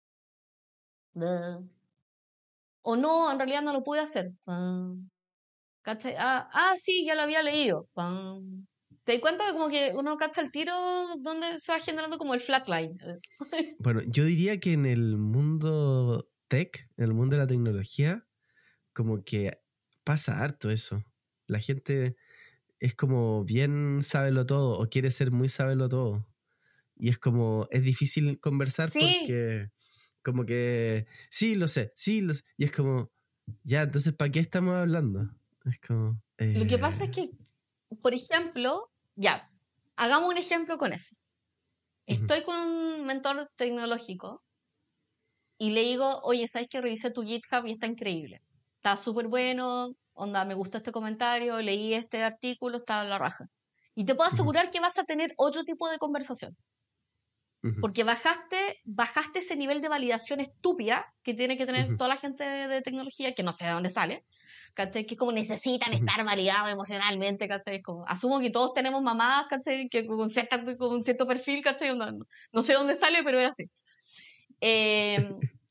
Buh. O no, en realidad no lo pude hacer. Pam. ¿Cachai? Ah, ah, sí, ya lo había leído. Pam. ¿Te das cuenta de como que uno cacha el tiro donde se va generando como el flatline? Bueno, yo diría que en el mundo tech, en el mundo de la tecnología, como que pasa harto eso. La gente es como bien sábelo todo o quiere ser muy sábelo todo. Y es como, es difícil conversar Sí, porque como que, sí, lo sé, sí, lo sé. Y es como, ya, entonces, ¿para qué estamos hablando? Es como... lo que Eh... pasa es que, por ejemplo, ya, hagamos un ejemplo con eso. Ujú, Estoy con un mentor tecnológico y le digo, oye, ¿sabes que revisé tu GitHub y está increíble? Está súper bueno, onda, me gustó este comentario, leí este artículo, está a la raja. Y te puedo ujú, asegurar que vas a tener otro tipo de conversación. ujú, Porque bajaste, bajaste ese nivel de validación estúpida que tiene que tener ujú, toda la gente de, de tecnología, que no sé de dónde sale, ¿cachai? Que es como necesitan ujú. estar validados emocionalmente, ¿cachai? Como, asumo que todos tenemos mamás, ¿cachai? Que con, cierta, con un cierto perfil, ¿cachai? No, no, no sé dónde sale, pero es así. Eh,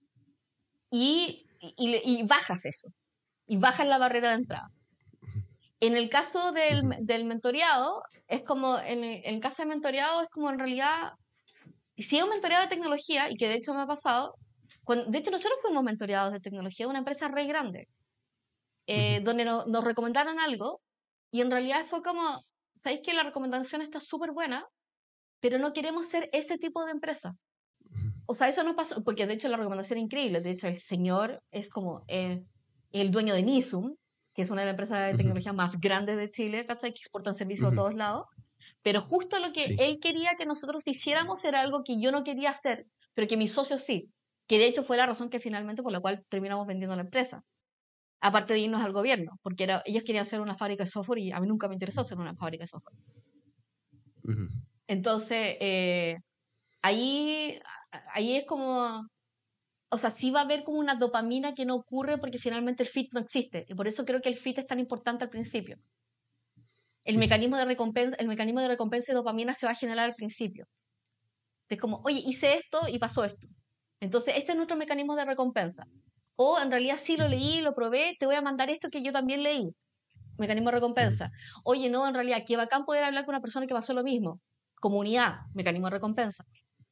y, y, y bajas eso, y bajas la barrera de entrada. En el caso del, Ujú, del mentoreado, es como, en el, en el caso del mentoreado, es como en realidad, si es un mentoreado de tecnología, y que de hecho me ha pasado, cuando, de hecho nosotros fuimos mentoreados de tecnología, una empresa re grande, ujú, eh, donde no, nos recomendaron algo, y en realidad fue como, ¿sabéis que la recomendación está súper buena, pero no queremos ser ese tipo de empresa? O sea, eso nos pasó, porque de hecho la recomendación es increíble, de hecho el señor es como eh, el dueño de Nisum, que es una de las empresas de ujú, tecnología más grandes de Chile, ¿cachai? Que exportan servicios a ujú. todos lados, pero justo lo que Sí. él quería que nosotros hiciéramos era algo que yo no quería hacer, pero que mis socios sí, que de hecho fue la razón que finalmente por la cual terminamos vendiendo la empresa, aparte de irnos al gobierno, porque era, ellos querían hacer una fábrica de software y a mí nunca me interesó hacer una fábrica de software. Ujú, Entonces, eh, ahí, ahí es como, o sea, sí va a haber como una dopamina que no ocurre porque finalmente el fit no existe, y por eso creo que el fit es tan importante al principio. El ujú, mecanismo de recompensa, el mecanismo de recompensa y dopamina se va a generar al principio. Es como, oye, hice esto y pasó esto. Entonces, este es nuestro mecanismo de recompensa. O en realidad sí lo ujú, leí, lo probé, te voy a mandar esto que yo también leí. Mecanismo de ujú, recompensa. Oye, no, en realidad, qué bacán poder hablar con una persona que pasó lo mismo. Comunidad, mecanismo de recompensa.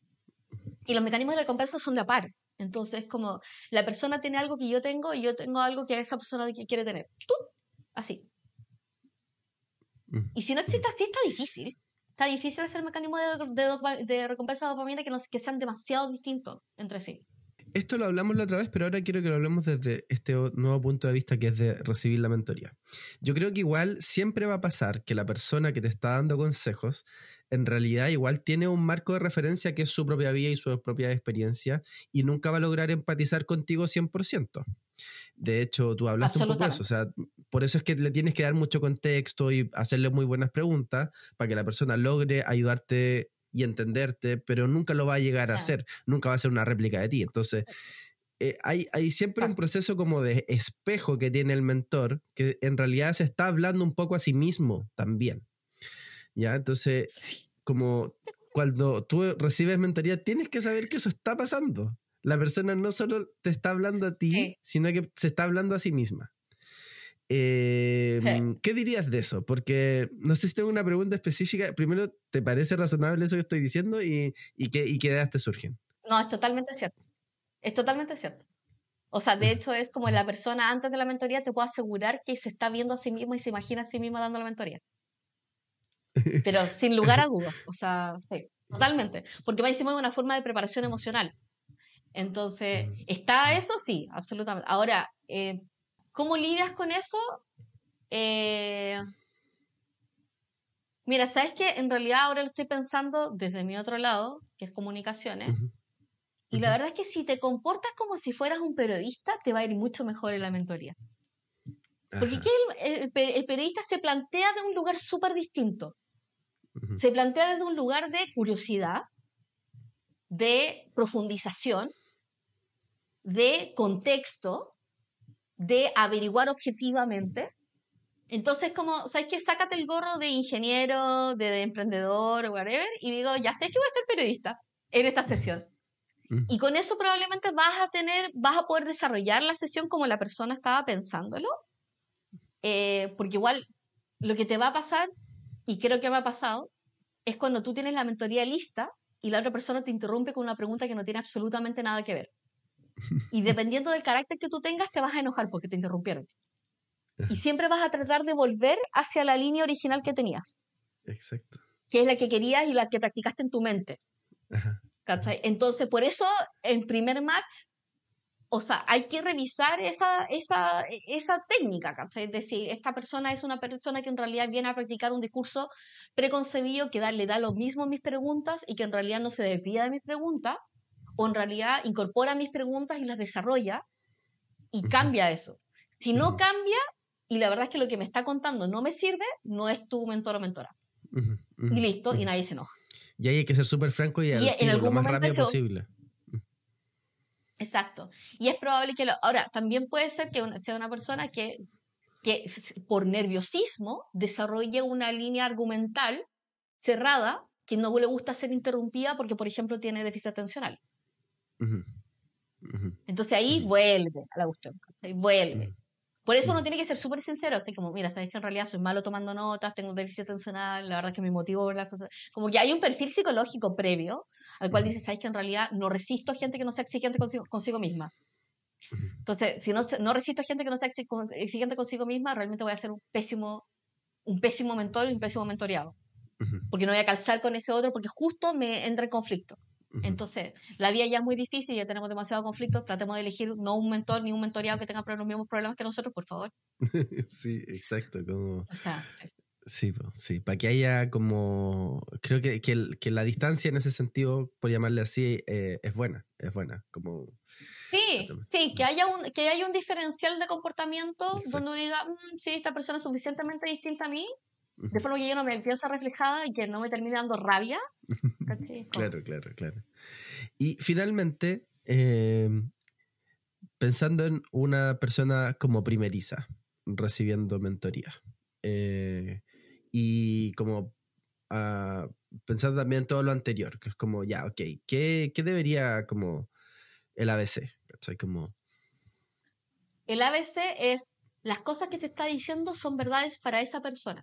Y los mecanismos de recompensa son de a par. Entonces, como la persona tiene algo que yo tengo y yo tengo algo que esa persona quiere tener. ¡Tú! Así. ujú, Y si no ujú. existe así, está difícil. está difícil hacer mecanismos de, de, de recompensa de dopamina que, no, que sean demasiado distintos entre sí. Esto lo hablamos la otra vez, pero ahora quiero que lo hablemos desde este nuevo punto de vista que es de recibir la mentoría. Yo creo que igual siempre va a pasar que la persona que te está dando consejos en realidad igual tiene un marco de referencia que es su propia vida y su propia experiencia y nunca va a lograr empatizar contigo cien por ciento. De hecho, tú hablaste un poco de eso, o sea, por eso es que le tienes que dar mucho contexto y hacerle muy buenas preguntas para que la persona logre ayudarte y entenderte, pero nunca lo va a llegar a hacer, nunca va a ser una réplica de ti. Entonces, eh, hay, hay siempre un proceso como de espejo que tiene el mentor, que en realidad se está hablando un poco a sí mismo también. ¿Ya? Entonces, como cuando tú recibes mentoría, tienes que saber que eso está pasando. La persona no solo te está hablando a ti, sí. sino que se está hablando a sí misma. Eh, sí. ¿Qué dirías de eso? Porque no sé si tengo una pregunta específica. Primero, ¿te parece razonable eso que estoy diciendo? ¿Y, y, qué, y qué ideas te surgen? No, es totalmente cierto. Es totalmente cierto. O sea, de hecho es como la persona antes de la mentoría te puedo asegurar que se está viendo a sí misma y se imagina a sí misma dando la mentoría. Pero sin lugar a dudas. O sea, sí, totalmente. Porque va encima de una forma de preparación emocional. Entonces, ¿está eso? Sí, absolutamente. Ahora, eh, ¿cómo lidias con eso? Eh, mira, ¿sabes qué? En realidad ahora lo estoy pensando desde mi otro lado, que es comunicaciones, uh-huh. y uh-huh. la verdad es que si te comportas como si fueras un periodista, te va a ir mucho mejor en la mentoría. Porque aquí el, el, el periodista se plantea de un lugar súper distinto. Uh-huh. Se plantea desde un lugar de curiosidad, de profundización, de contexto, de averiguar objetivamente. Entonces, como, ¿sabes qué? Sácate el gorro de ingeniero, de, de emprendedor, o whatever, y digo, ya sé que voy a ser periodista en esta sesión. Mm. Y con eso probablemente vas a tener, vas a poder desarrollar la sesión como la persona estaba pensándolo, eh, porque igual lo que te va a pasar, y creo que me ha pasado, es cuando tú tienes la mentoría lista y la otra persona te interrumpe con una pregunta que no tiene absolutamente nada que ver. Y dependiendo del carácter que tú tengas, te vas a enojar porque te interrumpieron. Y siempre vas a tratar de volver hacia la línea original que tenías. Exacto. Que es la que querías y la que practicaste en tu mente. Ajá. ¿Cachai? Entonces, por eso, en primer match, o sea, hay que revisar esa, esa, esa técnica, ¿cachai? Es decir, esta persona es una persona que en realidad viene a practicar un discurso preconcebido que da, le da lo mismo a mis preguntas y que en realidad no se desvía de mis preguntas, o en realidad incorpora mis preguntas y las desarrolla y uh-huh. cambia eso. Si no uh-huh. cambia, y la verdad es que lo que me está contando no me sirve, no es tu mentor o mentora. Uh-huh. Uh-huh. Y listo, uh-huh. y nadie se enoja. Y ahí hay que ser súper franco y, y al tiro, lo más rápido eso, posible. Exacto. Y es probable que... Lo, ahora, también puede ser que una, sea una persona que, que por nerviosismo desarrolle una línea argumental cerrada que no le gusta ser interrumpida porque, por ejemplo, tiene déficit atencional. Uh-huh. Uh-huh. Entonces ahí uh-huh. vuelve a la cuestión. Vuelve. Uh-huh. Por eso uno tiene que ser súper sincero, así como, mira, sabes que en realidad soy malo tomando notas, tengo un déficit atencional, la verdad es que me motivo las cosas. Como que hay un perfil psicológico previo al cual dices, sabes que en realidad no resisto a gente que no sea exigente consigo, consigo misma. Entonces, si no, no resisto a gente que no sea exigente consigo misma, realmente voy a ser un pésimo, un pésimo mentor y un pésimo mentoreado. Porque no voy a calzar con ese otro porque justo me entra en conflicto. Entonces, la vida ya es muy difícil, ya tenemos demasiados conflictos, tratemos de elegir no un mentor ni un mentoreado que tenga los mismos problemas que nosotros, por favor. Sí, exacto. Como... O sea, sí. Sí, sí, para que haya como... Creo que, que, el, que la distancia en ese sentido, por llamarle así, eh, es buena, es buena. Como... Sí, sí, que haya un, que haya un diferencial de comportamiento exacto. Donde uno diga, mmm, sí, esta persona es suficientemente distinta a mí, uh-huh. de forma que yo no me piensa reflejada y que no me termine dando rabia. Claro, claro, claro. Y finalmente, eh, pensando en una persona como primeriza, recibiendo mentoría, eh, y como uh, pensando también en todo lo anterior, que es como, ya, ok, ¿qué, qué debería como el A B C? ¿Cachai? Como... El A B C es, las cosas que te está diciendo son verdades para esa persona,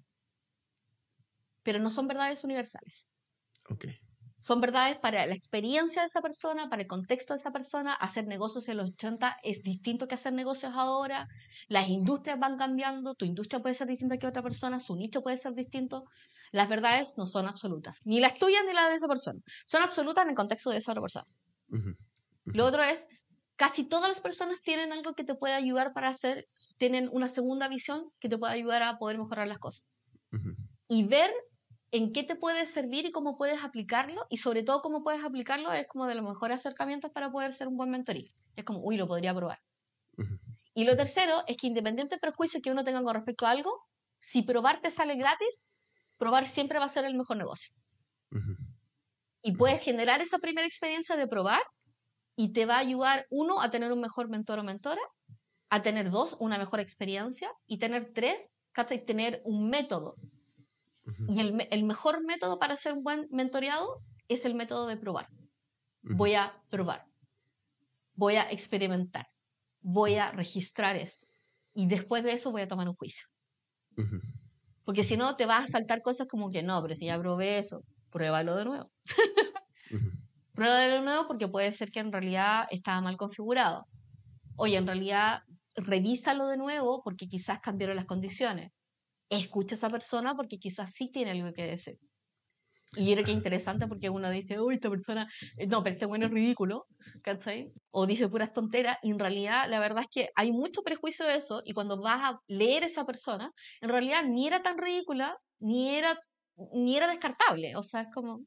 pero no son verdades universales. Ok. Son verdades para la experiencia de esa persona, para el contexto de esa persona. Hacer negocios en los ochenta es distinto que hacer negocios ahora. Las industrias van cambiando, tu industria puede ser distinta que otra persona, su nicho puede ser distinto. Las verdades no son absolutas, ni las tuyas ni las de esa persona. Son absolutas en el contexto de esa otra persona. Ujú, ujú. Lo otro es, casi todas las personas tienen algo que te puede ayudar para hacer, tienen una segunda visión que te puede ayudar a poder mejorar las cosas. Ujú. Y ver en qué te puede servir y cómo puedes aplicarlo, y sobre todo cómo puedes aplicarlo es como de los mejores acercamientos para poder ser un buen mentoría. Es como, uy, lo podría probar. Ujú. Y lo tercero es que independiente del prejuicio que uno tenga con respecto a algo, si probar te sale gratis, probar siempre va a ser el mejor negocio. Ujú. Y puedes generar esa primera experiencia de probar y te va a ayudar, uno, a tener un mejor mentor o mentora, a tener dos, una mejor experiencia, y tener tres, casi tener un método. Ujú. Y el, me- el mejor método para ser un buen mentoreado es el método de probar. Ujú. Voy a probar, voy a experimentar, voy a registrar esto. Y después de eso voy a tomar un juicio. Ujú. Porque si no, te vas a saltar cosas como que no, pero si ya probé eso, pruébalo de nuevo. Ujú. Pruébalo de nuevo porque puede ser que en realidad estaba mal configurado. Oye, en realidad, revísalo de nuevo porque quizás cambiaron las condiciones. Escucha a esa persona porque quizás sí tiene algo que decir. Y yo creo que es interesante porque uno dice, uy, esta persona, eh, no, pero este bueno es ridículo, ¿cachai? O dice puras tonteras, y en realidad la verdad es que hay mucho prejuicio de eso, y cuando vas a leer esa persona, en realidad ni era tan ridícula, ni era, ni era descartable, o sea, es como...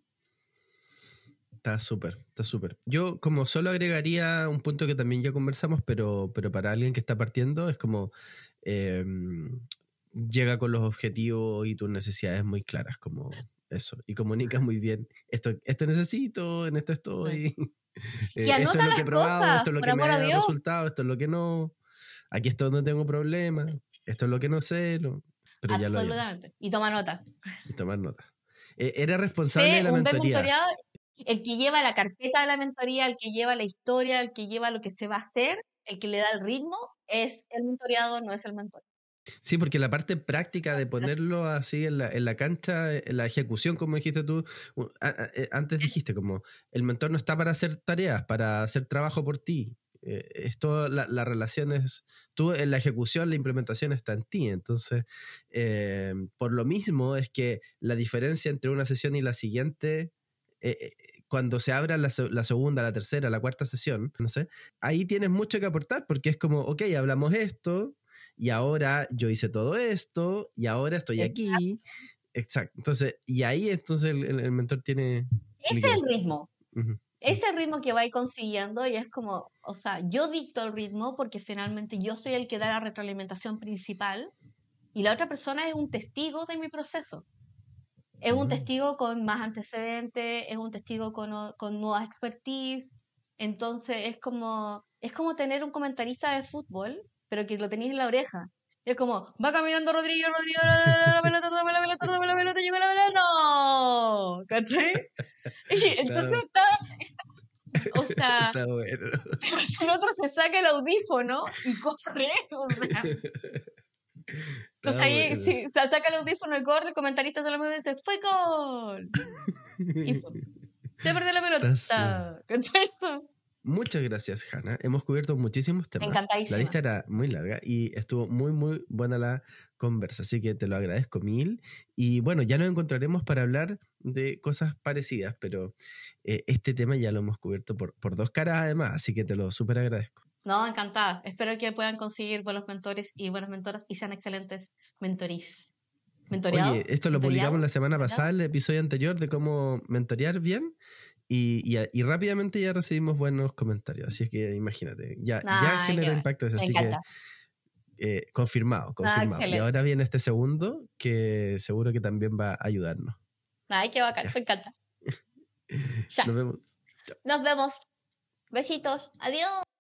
Está súper, está súper. Yo como solo agregaría un punto que también ya conversamos, pero, pero para alguien que está partiendo es como eh, llega con los objetivos y tus necesidades muy claras, como eso, y comunicas muy bien, esto, esto necesito, en esto estoy, Y eh, esto es anota lo que he las probado, cosas, esto es lo por que me amor a ha Dios. resultado, esto es lo que no, aquí es donde tengo problemas, esto es lo que no sé, lo- pero ya lo habíamos, Absolutamente. Y toma nota. y tomar nota. Eh, era responsable de Sé la un buen mentoría. mentoreado, el que lleva la carpeta de la mentoría, el que lleva la historia, el que lleva lo que se va a hacer, el que le da el ritmo, es el mentoreado, no es el mentor. Sí, porque la parte práctica de ponerlo así en la, en la cancha, en la ejecución, como dijiste tú, u- a- a- eh, antes dijiste como el mentor no está para hacer tareas, para hacer trabajo por ti. Eh, esto, la, la relación es, tú en la ejecución, la implementación está en ti. Entonces, eh, por lo mismo es que la diferencia entre una sesión y la siguiente, eh, eh, cuando se abra la, se- la segunda, la tercera, la cuarta sesión, no sé, ahí tienes mucho que aportar porque es como, ok, hablamos esto y ahora yo hice todo esto y ahora estoy Exacto. aquí. Exacto. Entonces, y ahí entonces el, el- el mentor tiene, tiene Ese que... es el ritmo. Ujú, Ese ritmo que va a ir consiguiendo y es como, o sea, yo dicto el ritmo porque finalmente yo soy el que da la retroalimentación principal y la otra persona es un testigo de mi proceso. Es un ujú. testigo con más antecedentes, es un testigo con, o- con nuevas expertise. Entonces es como, es como tener un comentarista de fútbol, pero que lo tenéis en la oreja. Es como, va caminando Rodrigo, Rodrigo, la, la, la, la pelota, toma la pelota, toma la pelota, llegó la pelota, no, ¿cachai? Y entonces Está, está, o sea, está bueno. pero si el otro se saca el audífono y corre, o sea, entonces Está ahí bueno. si se saca el audífono y corre, el comentarista solamente dice, fue gol. Y fue. Se perdió la Está su- pelota. ¿Cachai eso? Muchas gracias, Hanna. Hemos cubierto muchísimos temas. La Encantadísima. lista era muy larga y estuvo muy, muy buena la conversa, así que te lo agradezco mil. Y bueno, ya nos encontraremos para hablar de cosas parecidas, pero eh, este tema ya lo hemos cubierto por, por dos caras además, así que te lo súper agradezco. No, encantada. Espero que puedan conseguir buenos mentores y buenas mentoras y sean excelentes mentorís. Oye, ¿Mentoreados? esto lo publicamos la ¿Mentoriados? semana pasada, ¿Mentoreados? el episodio anterior de cómo mentorear bien. Y, y, y rápidamente ya recibimos buenos comentarios. Así es que imagínate, ya, ya Ay, qué generó bueno. impacto eso. Me Así que encanta. eh, confirmado, Ah, confirmado. Y ahora excelente. viene este segundo que seguro que también va a ayudarnos. Ay, qué bacán. Ya, Me encanta. Ya. nos vemos. Nos vemos. Besitos. Adiós.